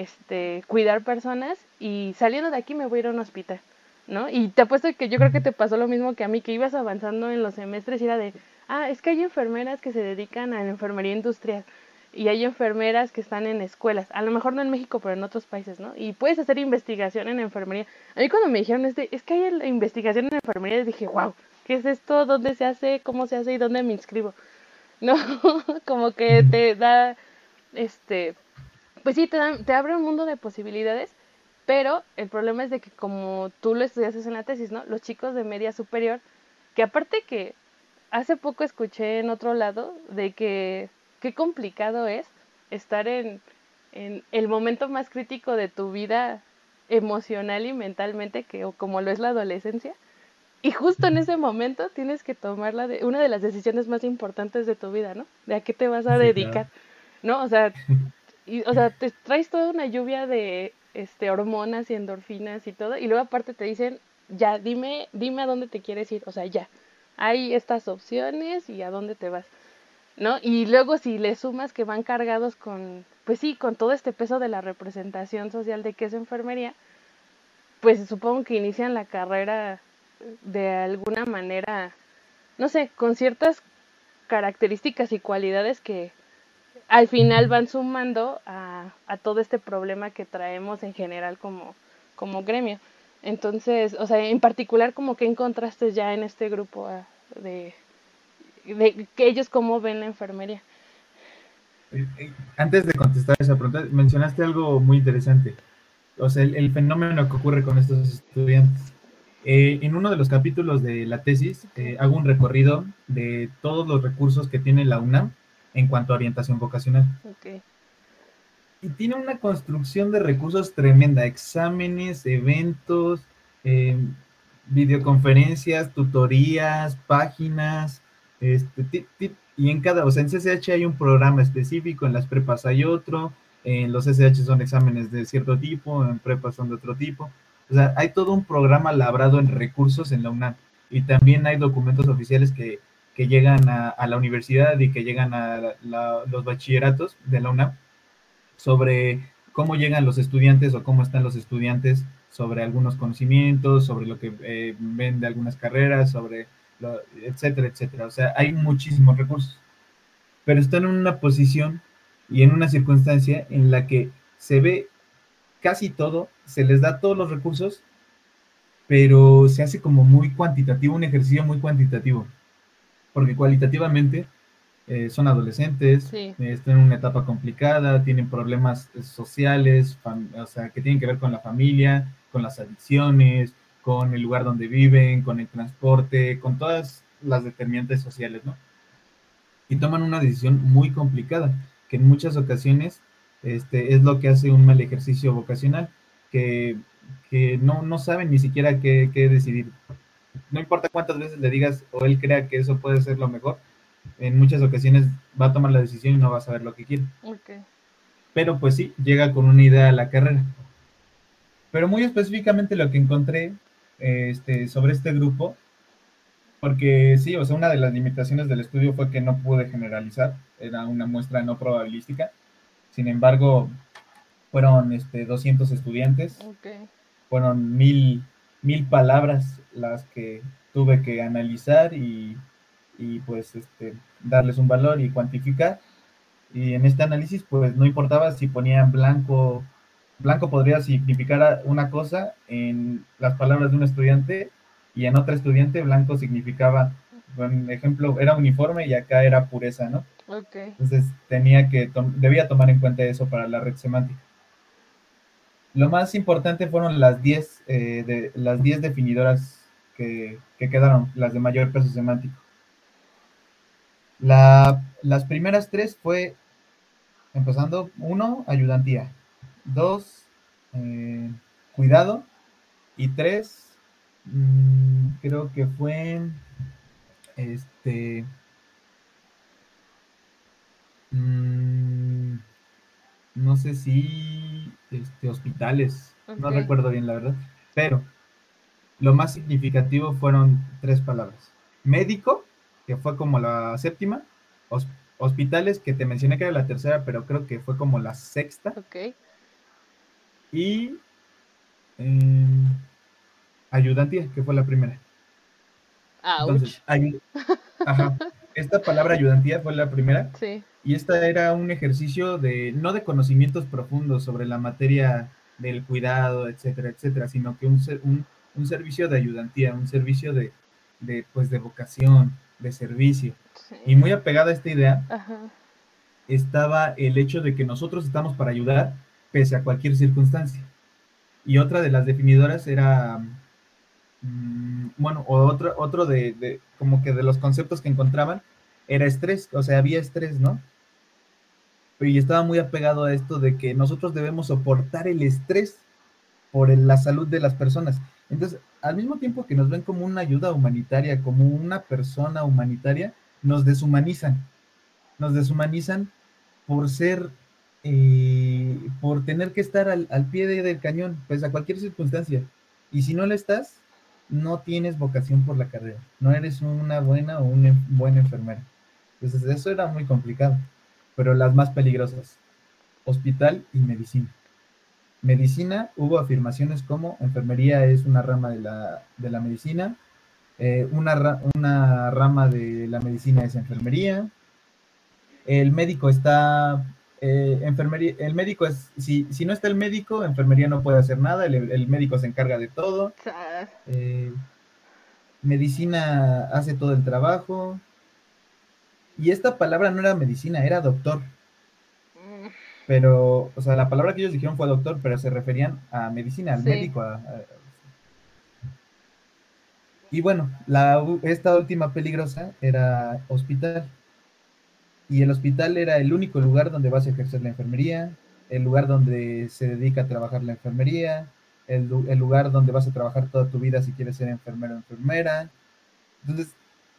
cuidar personas y saliendo de aquí me voy a ir a un hospital, ¿no? Y te apuesto que yo creo que te pasó lo mismo que a mí, que ibas avanzando en los semestres y era de, es que hay enfermeras que se dedican a la enfermería industrial y hay enfermeras que están en escuelas, a lo mejor no en México, pero en otros países, ¿no? Y puedes hacer investigación en enfermería. A mí cuando me dijeron es que hay investigación en enfermería, dije, wow, ¿qué es esto? ¿Dónde se hace? ¿Cómo se hace? ¿Y dónde me inscribo? No, como que te da, este, pues sí, te abre un mundo de posibilidades, pero el problema es de que como tú lo estudiaste en la tesis, ¿no? Los chicos de media superior, que aparte que hace poco escuché en otro lado de que qué complicado es estar en el momento más crítico de tu vida emocional y mentalmente, que o como lo es la adolescencia. Y justo en ese momento tienes que tomar una de las decisiones más importantes de tu vida, ¿no? De a qué te vas a Sí, claro. dedicar, ¿no? O sea, te traes toda una lluvia de hormonas y endorfinas y todo, y luego aparte te dicen, ya, dime a dónde te quieres ir, o sea, ya, hay estas opciones y a dónde te vas, ¿no? Y luego si le sumas que van cargados con, pues sí, con todo este peso de la representación social de qué es enfermería, pues supongo que inician la carrera de alguna manera, no sé, con ciertas características y cualidades que al final van sumando a todo este problema que traemos en general como gremio. Entonces, o sea, en particular, como que encontraste ya en este grupo de que ellos cómo ven la enfermería. Antes de contestar esa pregunta, mencionaste algo muy interesante. O sea, el fenómeno que ocurre con estos estudiantes. En uno de los capítulos de la tesis, Okay. hago un recorrido de todos los recursos que tiene la UNAM en cuanto a orientación vocacional. Okay. Y tiene una construcción de recursos tremenda, exámenes, eventos, eh, videoconferencias, tutorías, páginas, y en cada, o sea, en CCH hay un programa específico, en las prepas hay otro, en los CCH son exámenes de cierto tipo, en prepas son de otro tipo. O sea, hay todo un programa labrado en recursos en la UNAM. Y también hay documentos oficiales que llegan a la universidad y que llegan a los bachilleratos de la UNAM sobre cómo llegan los estudiantes o cómo están los estudiantes sobre algunos conocimientos, sobre lo que ven de algunas carreras, etcétera, etcétera. O sea, hay muchísimos recursos, pero están en una posición y en una circunstancia en la que se ve casi todo, se les da todos los recursos, pero se hace como muy cuantitativo, un ejercicio muy cuantitativo, porque cualitativamente son adolescentes, Sí. están en una etapa complicada, tienen problemas sociales, o sea, que tienen que ver con la familia, con las adicciones, con el lugar donde viven, con el transporte, con todas las determinantes sociales, ¿no? Y toman una decisión muy complicada, que en muchas ocasiones es lo que hace un mal ejercicio vocacional, que, que no saben ni siquiera qué decidir. No importa cuántas veces le digas o él crea que eso puede ser lo mejor, en muchas ocasiones va a tomar la decisión y no va a saber lo que quiere. Okay. Pero pues sí, llega con una idea a la carrera. Pero muy específicamente lo que encontré sobre este grupo, porque sí, o sea, una de las limitaciones del estudio fue que no pude generalizar, era una muestra no probabilística. Sin embargo, fueron 200 estudiantes, Okay. fueron mil palabras las que tuve que analizar y pues darles un valor y cuantificar. Y en este análisis, pues no importaba si ponían blanco, blanco podría significar una cosa en las palabras de un estudiante y en otra estudiante blanco significaba, por ejemplo, era uniforme y acá era pureza, ¿no? Okay. Entonces debía tomar en cuenta eso para la red semántica. Lo más importante fueron las 10 definidoras que quedaron, las de mayor peso semántico. Las primeras tres fue empezando, uno, ayudantía. Dos, cuidado. Y tres, creo que fue, este, mmm, no sé si, hospitales. No Okay. recuerdo bien la verdad. Pero lo más significativo fueron tres palabras. Médico, que fue como la séptima. hos- Hospitales, que te mencioné que era la tercera, pero creo que fue como la sexta. Okay. Y eh, ayudantía, que fue la primera. Entonces, Ouch. ajá. esta palabra ayudantía fue la primera, Sí. y esta era un ejercicio de, no de conocimientos profundos sobre la materia del cuidado, etcétera, etcétera, sino que un servicio de ayudantía, un servicio pues de vocación, de servicio. Y Sí. muy apegada a esta idea Ajá. estaba el hecho de que nosotros estamos para ayudar pese a cualquier circunstancia. Y otra de las definidoras era, bueno, otro como que de los conceptos que encontraban era estrés, o sea, había estrés, ¿no? Y estaba muy apegado a esto de que nosotros debemos soportar el estrés por la salud de las personas. Entonces, al mismo tiempo que nos ven como una ayuda humanitaria, como una persona humanitaria, nos deshumanizan por ser, por tener que estar al pie del cañón, pues a cualquier circunstancia. Y si no le estás, no tienes vocación por la carrera, no eres una buena o una buena enfermera. Entonces eso era muy complicado, pero las más peligrosas, hospital y medicina. Medicina, hubo afirmaciones como enfermería es una rama de la medicina, una rama de la medicina es enfermería, el médico está, enfermería, el médico es, si no está el médico, enfermería no puede hacer nada, el médico se encarga de todo, eh, medicina hace todo el trabajo, y esta palabra no era medicina, era doctor, pero, o sea, la palabra que ellos dijeron fue doctor, pero se referían a medicina, al Sí. médico, y bueno, esta última peligrosa era hospital. Y el hospital era el único lugar donde vas a ejercer la enfermería, el lugar donde se dedica a trabajar la enfermería, el lugar donde vas a trabajar toda tu vida si quieres ser enfermero o enfermera. Entonces,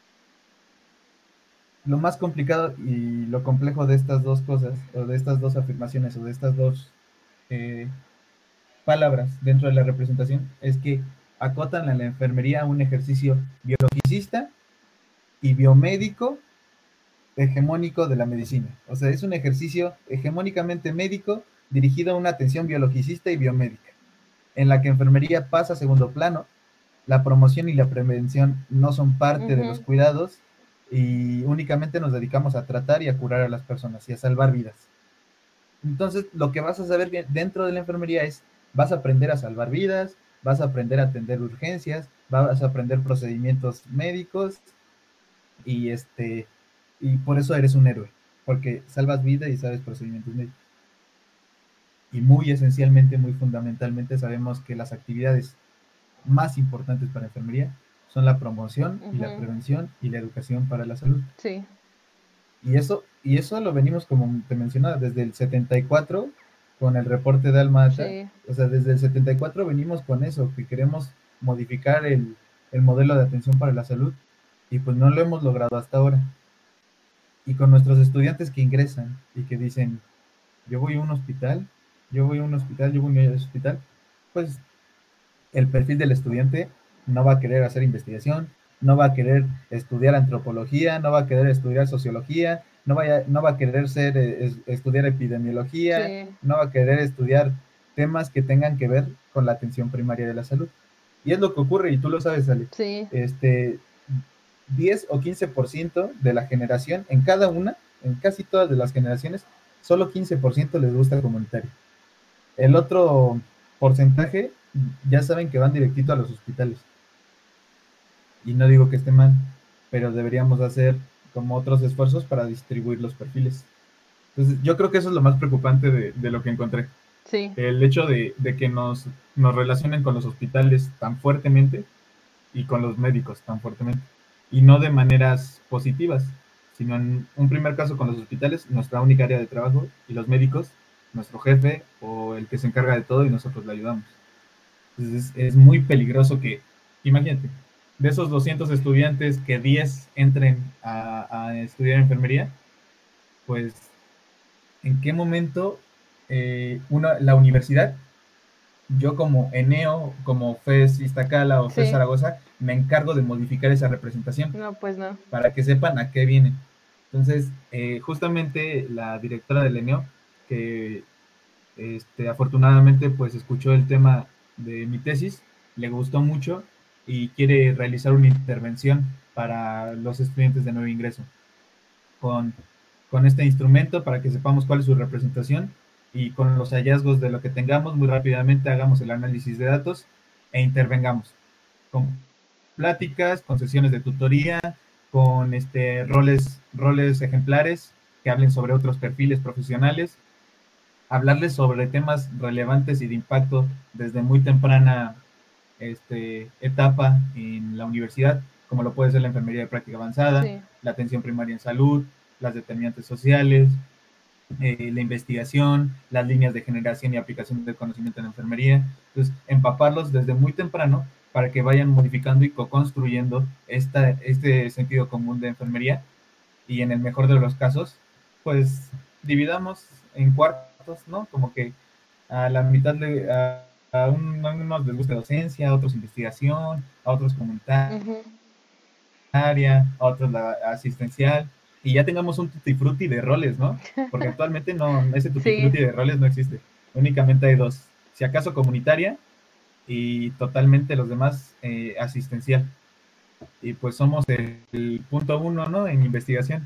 lo más complicado y lo complejo de estas dos cosas, o de estas dos afirmaciones, o de estas dos eh, palabras dentro de la representación, es que acotan a la enfermería a un ejercicio biologicista y biomédico hegemónico de la medicina. O sea, es un ejercicio hegemónicamente médico dirigido a una atención biologicista y biomédica, en la que enfermería pasa a segundo plano, la promoción y la prevención no son parte de los Ujú. cuidados y únicamente nos dedicamos a tratar y a curar a las personas y a salvar vidas. Entonces, lo que vas a saber dentro de la enfermería es, vas a aprender a salvar vidas, vas a aprender a atender urgencias, vas a aprender procedimientos médicos y y por eso eres un héroe, porque salvas vida y sabes procedimientos médicos. Y muy esencialmente, muy fundamentalmente, sabemos que las actividades más importantes para enfermería son la promoción y la Ujú. prevención y la educación para la salud. Sí. Y eso lo venimos, como te mencionaba, desde el 74 con el reporte de Alma Ata. Sí. O sea, desde el 74 venimos con eso, que queremos modificar el modelo de atención para la salud y pues no lo hemos logrado hasta ahora. Y con nuestros estudiantes que ingresan y que dicen, yo voy a un hospital, yo voy a un hospital, yo voy a un hospital, pues el perfil del estudiante no va a querer hacer investigación, no va a querer estudiar antropología, no va a querer estudiar sociología, no va a querer estudiar epidemiología, Sí. no va a querer estudiar temas que tengan que ver con la atención primaria de la salud. Y es lo que ocurre, y tú lo sabes, Ale. Sí. Este, 10 o 15% de la generación, en cada una, en casi todas de las generaciones, solo 15% les gusta el comunitario. El otro porcentaje, ya saben que van directito a los hospitales. Y no digo que esté mal, pero deberíamos hacer como otros esfuerzos para distribuir los perfiles. Entonces, yo creo que eso es lo más preocupante de lo que encontré. Sí. El hecho de que nos relacionen con los hospitales tan fuertemente y con los médicos tan fuertemente. Y no de maneras positivas, sino en un primer caso con los hospitales, nuestra única área de trabajo, y los médicos, nuestro jefe o el que se encarga de todo y nosotros le ayudamos. Entonces es muy peligroso que, imagínate, de esos 200 estudiantes, que 10 entren a estudiar enfermería, pues en qué momento la universidad, yo como Eneo, como FES Iztacala o FES Sí. Zaragoza, me encargo de modificar esa representación No, pues no. para que sepan a qué vienen. Entonces, justamente la directora del Eneo, que afortunadamente pues escuchó el tema de mi tesis, le gustó mucho y quiere realizar una intervención para los estudiantes de nuevo ingreso. con, con este instrumento para que sepamos cuál es su representación y con los hallazgos de lo que tengamos, muy rápidamente hagamos el análisis de datos e intervengamos con pláticas, con sesiones de tutoría, con roles ejemplares que hablen sobre otros perfiles profesionales, hablarles sobre temas relevantes y de impacto desde muy temprana etapa en la universidad, como lo puede ser la enfermería de práctica avanzada, Sí. la atención primaria en salud, las determinantes sociales, la investigación, las líneas de generación y aplicación del conocimiento en enfermería. Entonces, empaparlos desde muy temprano para que vayan modificando y co-construyendo este sentido común de enfermería y en el mejor de los casos, pues dividamos en cuartos, ¿no? Como que a la mitad a unos les gusta docencia, a otros investigación, a otros comunitaria, Ujú. a otros la asistencial, y ya tengamos un tutti frutti de roles, ¿no? Porque actualmente no, ese tutti Sí, frutti de roles no existe. Únicamente hay dos, si acaso comunitaria y totalmente los demás asistencial. Y pues somos el punto uno, ¿no? En investigación.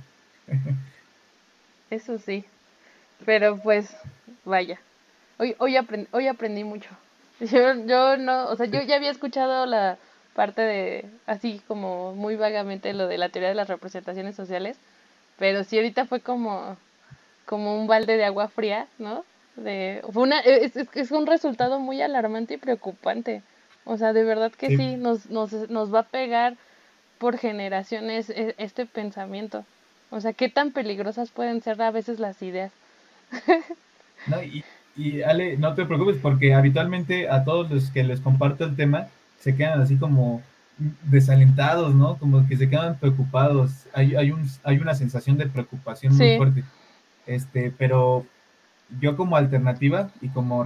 eso sí. Pero pues, vaya. Hoy aprendí mucho. Yo no, o sea, yo ya había escuchado la parte de, así como muy vagamente lo de la teoría de las representaciones sociales, pero sí ahorita fue como un balde de agua fría, ¿no? Es un resultado muy alarmante y preocupante. O sea, de verdad que Sí. sí, nos va a pegar por generaciones este pensamiento. O sea, qué tan peligrosas pueden ser a veces las ideas. No, y Ale, no te preocupes porque habitualmente a todos los que les comparto el tema se quedan así como desalentados, ¿no? Como que se quedan preocupados. Hay una sensación de preocupación muy Sí, fuerte. Pero yo como alternativa y como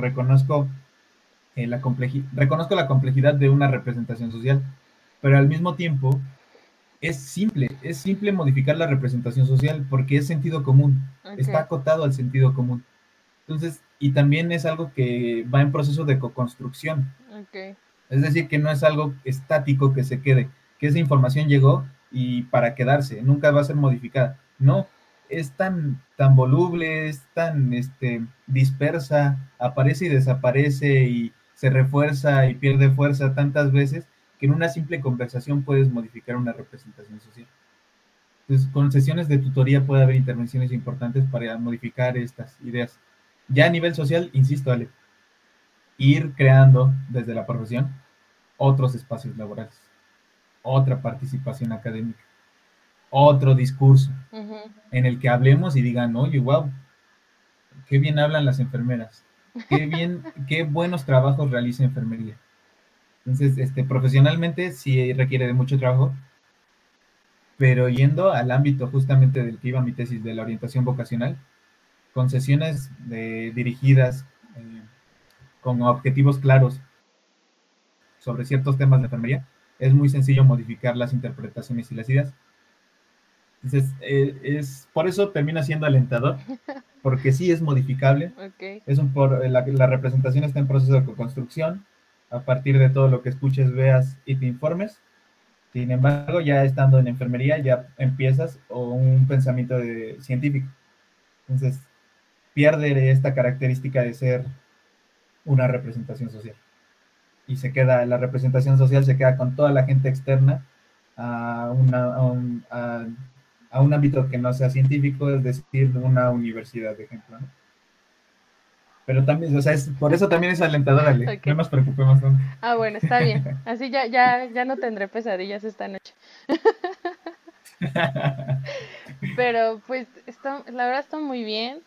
reconozco la complejidad de una representación social, pero al mismo tiempo es simple modificar la representación social porque es sentido común, está ok, acotado al sentido común. Entonces, y también es algo que va en proceso de co-construcción. ok. Es decir, que no es algo estático que se quede, que esa información llegó y para quedarse, nunca va a ser modificada. No, es tan voluble, es tan dispersa, aparece y desaparece y se refuerza y pierde fuerza tantas veces que en una simple conversación puedes modificar una representación social. Entonces, con sesiones de tutoría puede haber intervenciones importantes para modificar estas ideas. Ya a nivel social, insisto, Ale, ir creando desde la profesión otros espacios laborales, otra participación académica, otro discurso Ujú. en el que hablemos y digan, oye, wow, qué bien hablan las enfermeras, qué bien, qué buenos trabajos realiza enfermería. Entonces, profesionalmente sí requiere de mucho trabajo, pero yendo al ámbito justamente del que iba mi tesis de la orientación vocacional, con sesiones dirigidas eh, con objetivos claros sobre ciertos temas de enfermería, es muy sencillo modificar las interpretaciones y las ideas. Entonces, por eso termina siendo alentador, porque sí es modificable, Ok. la representación está en proceso de construcción, a partir de todo lo que escuches, veas y te informes. Sin embargo, ya estando en enfermería, ya empiezas un pensamiento científico. Entonces, pierde esta característica de ser una representación social. Y la representación social se queda con toda la gente externa a un ámbito que no sea científico, es decir, una universidad, de ejemplo, ¿no? Pero también, o sea, por eso también es alentador, Ale. No Ok. nos preocupemos tanto. Ah, bueno, está bien. Así ya no tendré pesadillas esta noche. Pero pues la verdad está muy bien.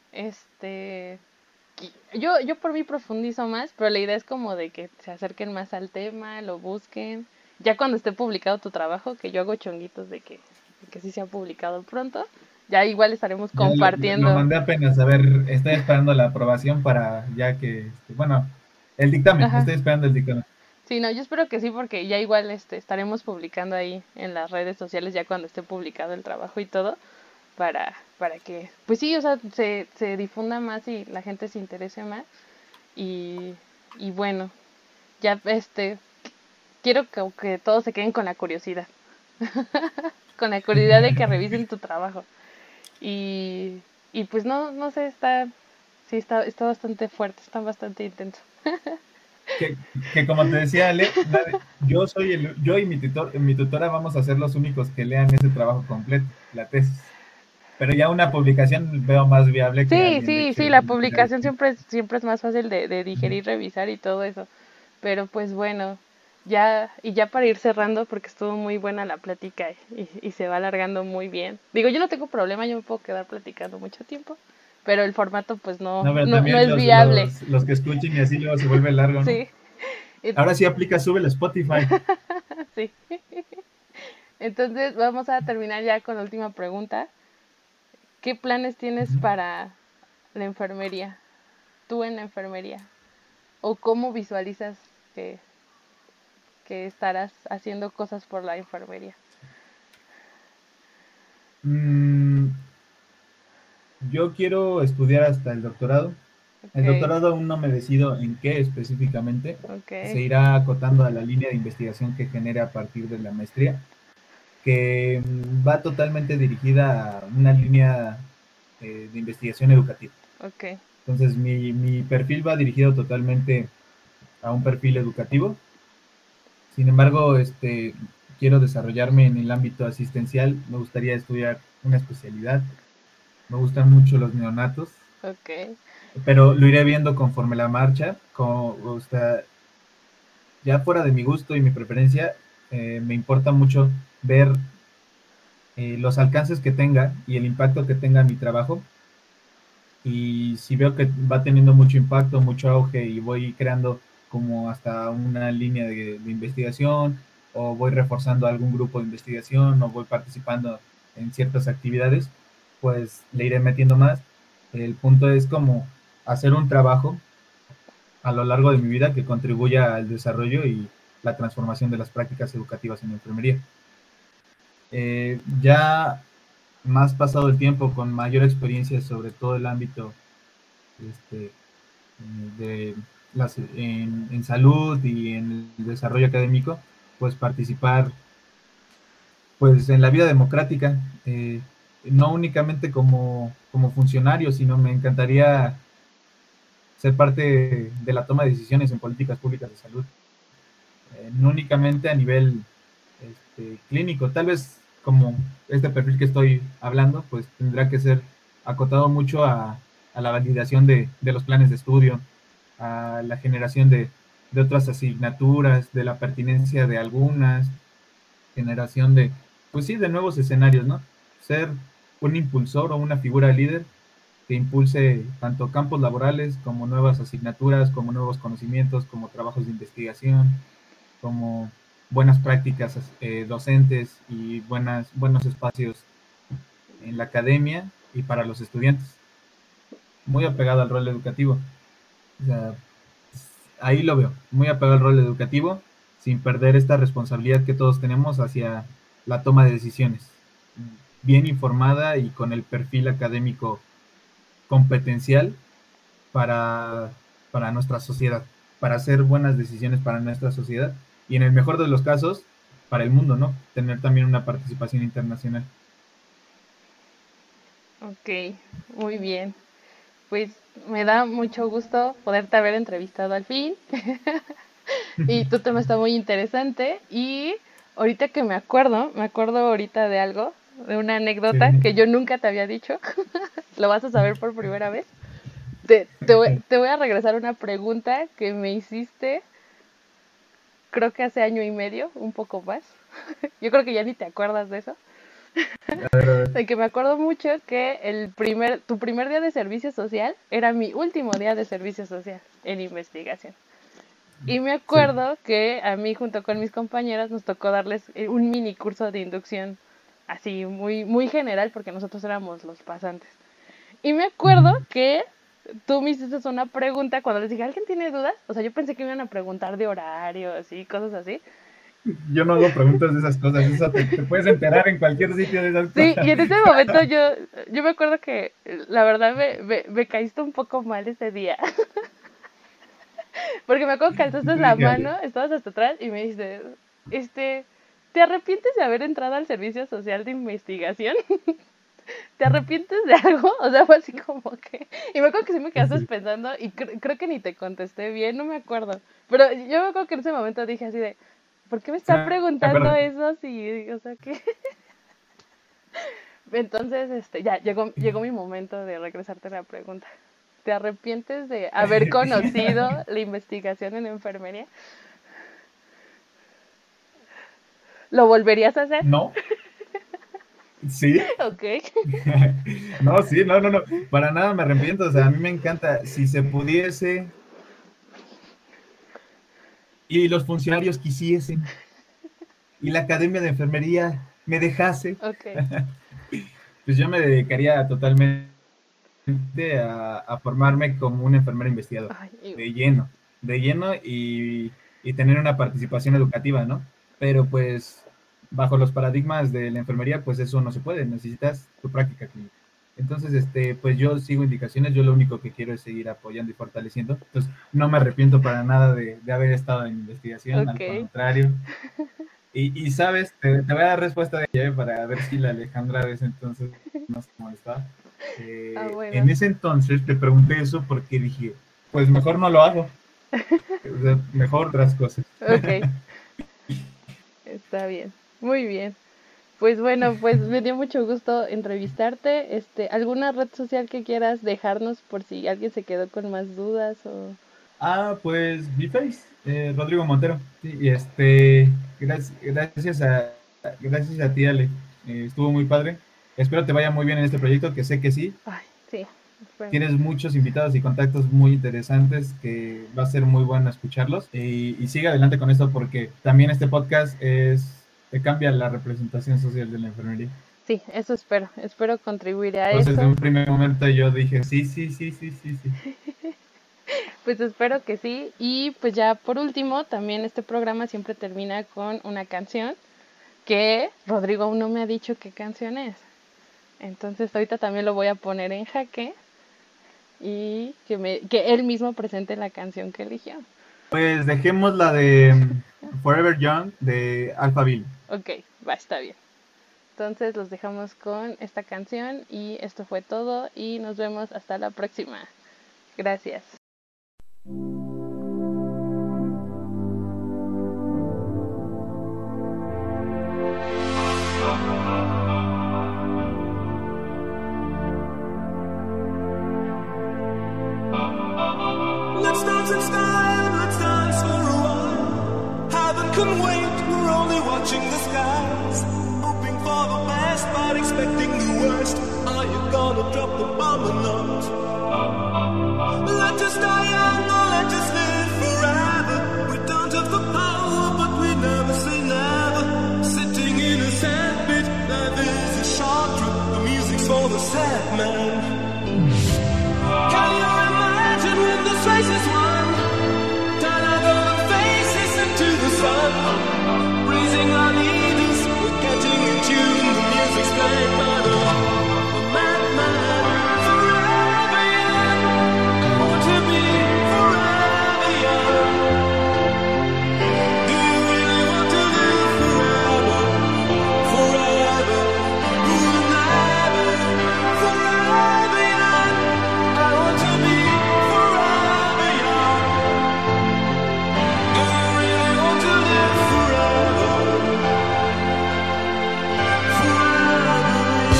Yo por mí profundizo más, pero la idea es como de que se acerquen más al tema, lo busquen. Ya cuando esté publicado tu trabajo, que yo hago chonguitos de que sí se ha publicado pronto, ya igual estaremos Ya lo compartiendo. mandé apenas, a ver, estoy esperando la aprobación para ya que, bueno, el dictamen, Ajá. estoy esperando el dictamen. Sí, no, yo espero que sí, porque ya igual estaremos publicando ahí en las redes sociales ya cuando esté publicado el trabajo y todo, para que, pues sí, o sea, se difunda más y la gente se interese más. Y, y bueno, ya quiero que todos se queden con la curiosidad, con la curiosidad de que revisen tu trabajo. Y, y pues no sé, está bastante fuerte, está bastante intenso. Que, que como te decía Ale, yo y mi tutora vamos a ser los únicos que lean ese trabajo completo, la tesis. Pero ya una publicación veo más viable que Sí, alguien le sí, sí, eche la un material publicación escrito. siempre es más fácil de digerir, revisar y todo eso. Pero pues bueno, ya para ir cerrando, porque estuvo muy buena la plática y se va alargando muy bien. Digo, yo no tengo problema, yo me puedo quedar platicando mucho tiempo, pero el formato pues No, pero no también es viable. los que escuchen y así luego se vuelve largo, ¿no? Sí, y- Ahora sí aplica, sube el Spotify. sí. Entonces vamos a terminar ya con la última pregunta. ¿Qué planes tienes Ujú. para la enfermería? Tú en la enfermería. ¿O cómo visualizas que, que estarás haciendo cosas por la enfermería? Mm, yo quiero estudiar hasta el doctorado. El Ok, doctorado aún no me decido en qué específicamente. Se ok, irá acotando a la línea de investigación que genere a partir de la maestría, que va totalmente dirigida a una línea de investigación educativa. ok. Entonces, mi perfil va dirigido totalmente a un perfil educativo. Sin embargo, quiero desarrollarme en el ámbito asistencial. Me gustaría estudiar una especialidad. Me gustan mucho los neonatos, Ok. pero lo iré viendo conforme la marcha. O sea, ya fuera de mi gusto y mi preferencia, me importa mucho ver los alcances que tenga y el impacto que tenga mi trabajo. Y si veo que va teniendo mucho impacto, mucho auge y voy creando como hasta una línea de investigación o voy reforzando algún grupo de investigación o voy participando en ciertas actividades, pues le iré metiendo más. El punto es como hacer un trabajo a lo largo de mi vida que contribuya al desarrollo y la transformación de las prácticas educativas en la enfermería. Ya más pasado el tiempo, con mayor experiencia sobre todo el ámbito este, de en salud y en el desarrollo académico, pues participar pues en la vida democrática, no únicamente como funcionario, sino me encantaría ser parte de la toma de decisiones en políticas públicas de salud, no únicamente a nivel clínico, tal vez como este perfil que estoy hablando, pues tendrá que ser acotado mucho a la validación de los planes de estudio, a la generación de otras asignaturas, de la pertinencia de algunas, generación de, pues sí, de nuevos escenarios, ¿no? Ser un impulsor o una figura líder que impulse tanto campos laborales como nuevas asignaturas, como nuevos conocimientos, como trabajos de investigación, como buenas prácticas docentes y buenos espacios en la academia y para los estudiantes. Muy apegado al rol educativo. O sea, ahí lo veo, muy apegado al rol educativo, sin perder esta responsabilidad que todos tenemos hacia la toma de decisiones, bien informada y con el perfil académico competencial para, para nuestra sociedad, para hacer buenas decisiones para nuestra sociedad y en el mejor de los casos, para el mundo, ¿no? Tener también una participación internacional. Ok, muy bien. Pues me da mucho gusto poderte haber entrevistado al fin. Y tu tema está muy interesante. Y ahorita que me acuerdo ahorita de algo, de una Sí, anécdota que yo nunca te había dicho. Lo vas a saber por primera vez. Te voy a regresar una pregunta que me hiciste, creo que hace año y medio, un poco más. Yo creo que ya ni te acuerdas de eso. a ver, a ver. De que me acuerdo mucho que tu primer día de servicio social era mi último día de servicio social en investigación. Y me Sí. acuerdo que a mí junto con mis compañeras nos tocó darles un mini curso de inducción, así muy general porque nosotros éramos los pasantes. Y me acuerdo que tú me hiciste una pregunta cuando les dije, ¿alguien tiene dudas? O sea, yo pensé que me iban a preguntar de horarios y cosas así. Yo no hago preguntas de esas cosas, eso te puedes enterar en cualquier sitio de esas Sí, cosas. y en ese momento yo me acuerdo que la verdad me caíste un poco mal ese día. Porque me acuerdo que Y alzaste te la dije, mano, Ale, estabas hasta atrás y me dijiste, ¿te arrepientes de haber entrado al servicio social de investigación? ¿te arrepientes de algo? O sea, fue así como que... Y me acuerdo que sí me quedaste pensando y creo que ni te contesté bien, no me acuerdo. Pero yo me acuerdo que en ese momento dije así de, ¿por qué me está preguntando eso? Sí, o sea, ¿qué? Entonces, ya llegó mi momento de regresarte la pregunta. ¿Te arrepientes de haber conocido la investigación en enfermería? ¿Lo volverías a hacer? No. Sí. Ok. No, sí, no. Para nada me arrepiento. O sea, a mí me encanta. Si se pudiese y los funcionarios quisiesen y la academia de enfermería me dejase, pues yo me dedicaría totalmente a formarme como un enfermero investigador. De lleno y tener una participación educativa, ¿no? Pero pues bajo los paradigmas de la enfermería, pues eso no se puede, necesitas tu práctica clínica. Entonces, pues yo sigo indicaciones, yo lo único que quiero es seguir apoyando y fortaleciendo. Entonces, no me arrepiento para nada de haber estado en investigación, al contrario. Y sabes, te voy a dar respuesta de ella para ver si la Alejandra de ese entonces no sé cómo estaba. Bueno. En ese entonces te pregunté eso porque dije, pues mejor no lo hago. O sea, mejor otras cosas. Ok. Está bien, muy bien. Pues bueno, pues me dio mucho gusto entrevistarte. ¿Alguna red social que quieras dejarnos por si alguien se quedó con más dudas o...? Pues mi Face, Rodrigo Montero. Sí, y gracias a ti, Ale. Estuvo muy padre. Espero te vaya muy bien en este proyecto, que sé que sí. Ay, sí. Bueno. Tienes muchos invitados y contactos muy interesantes que va a ser muy bueno escucharlos. Y sigue adelante con esto porque también este podcast te cambia la representación social de la enfermería. Sí, eso espero. Espero contribuir a eso. Entonces, desde un primer momento yo dije, sí. Pues espero que sí. Y pues ya por último, también este programa siempre termina con una canción que Rodrigo aún no me ha dicho qué canción es. Entonces ahorita también lo voy a poner en jaque y que él mismo presente la canción que eligió. Pues dejemos la de Forever Young de Alphaville. Ok, está bien. Entonces los dejamos con esta canción y esto fue todo y nos vemos hasta la próxima. Gracias. Let's dance in style, let's dance for a while. Heaven can wait, we're only watching the skies. Hoping for the best, but expecting the worst. Are you gonna drop the bomb or not? Let us die young or let us live forever. We don't have the power, but we never say never. Sitting in a sandpit, life is a short trip. The music's for the sad man. Can you imagine when this race is won? Turn our golden faces into the sun. Praising our leaders, we're getting in tune. The music's played by the madman. Forever young, I want to be forever young. Do you really want to live forever? Forever, never, forever young. I want to be forever young. Do you really want to live forever? Forever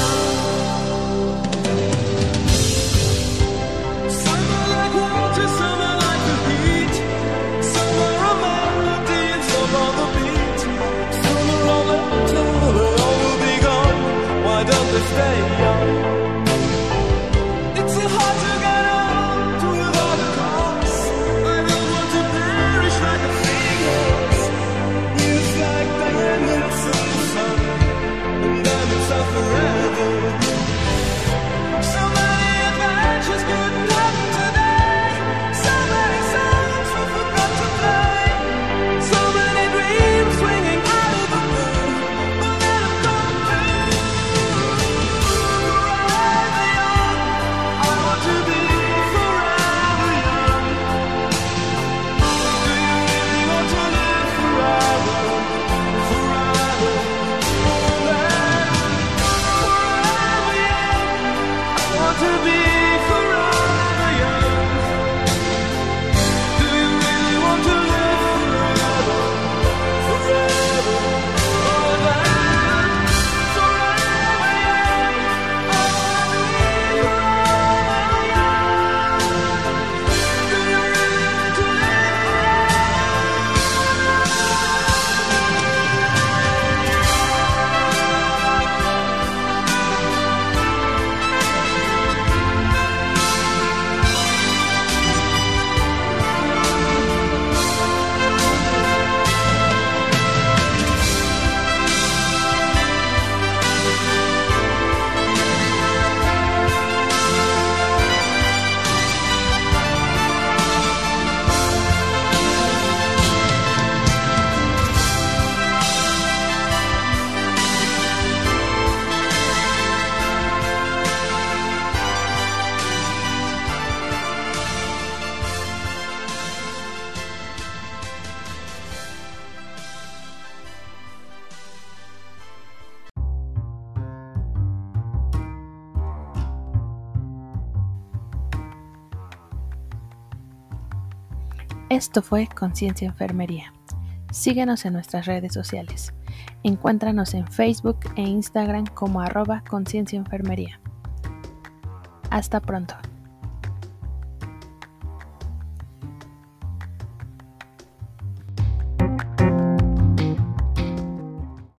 young. Some are like water, some are like the heat. Some are a melody and some are the beat. Some are all that matter, but all will be gone. Why don't they stay young? It's so hard to get old without a cause. I don't want to perish like a phoenix. It's like diamonds in the sun, and diamonds are forever. So many adventures couldn't happen today. So many songs we forgot to play. So many dreams swinging out of the blue will never come true. Forever Esto fue Conciencia Enfermería. Síguenos en nuestras redes sociales. Encuéntranos en Facebook e Instagram como @concienciaenfermería. Hasta pronto.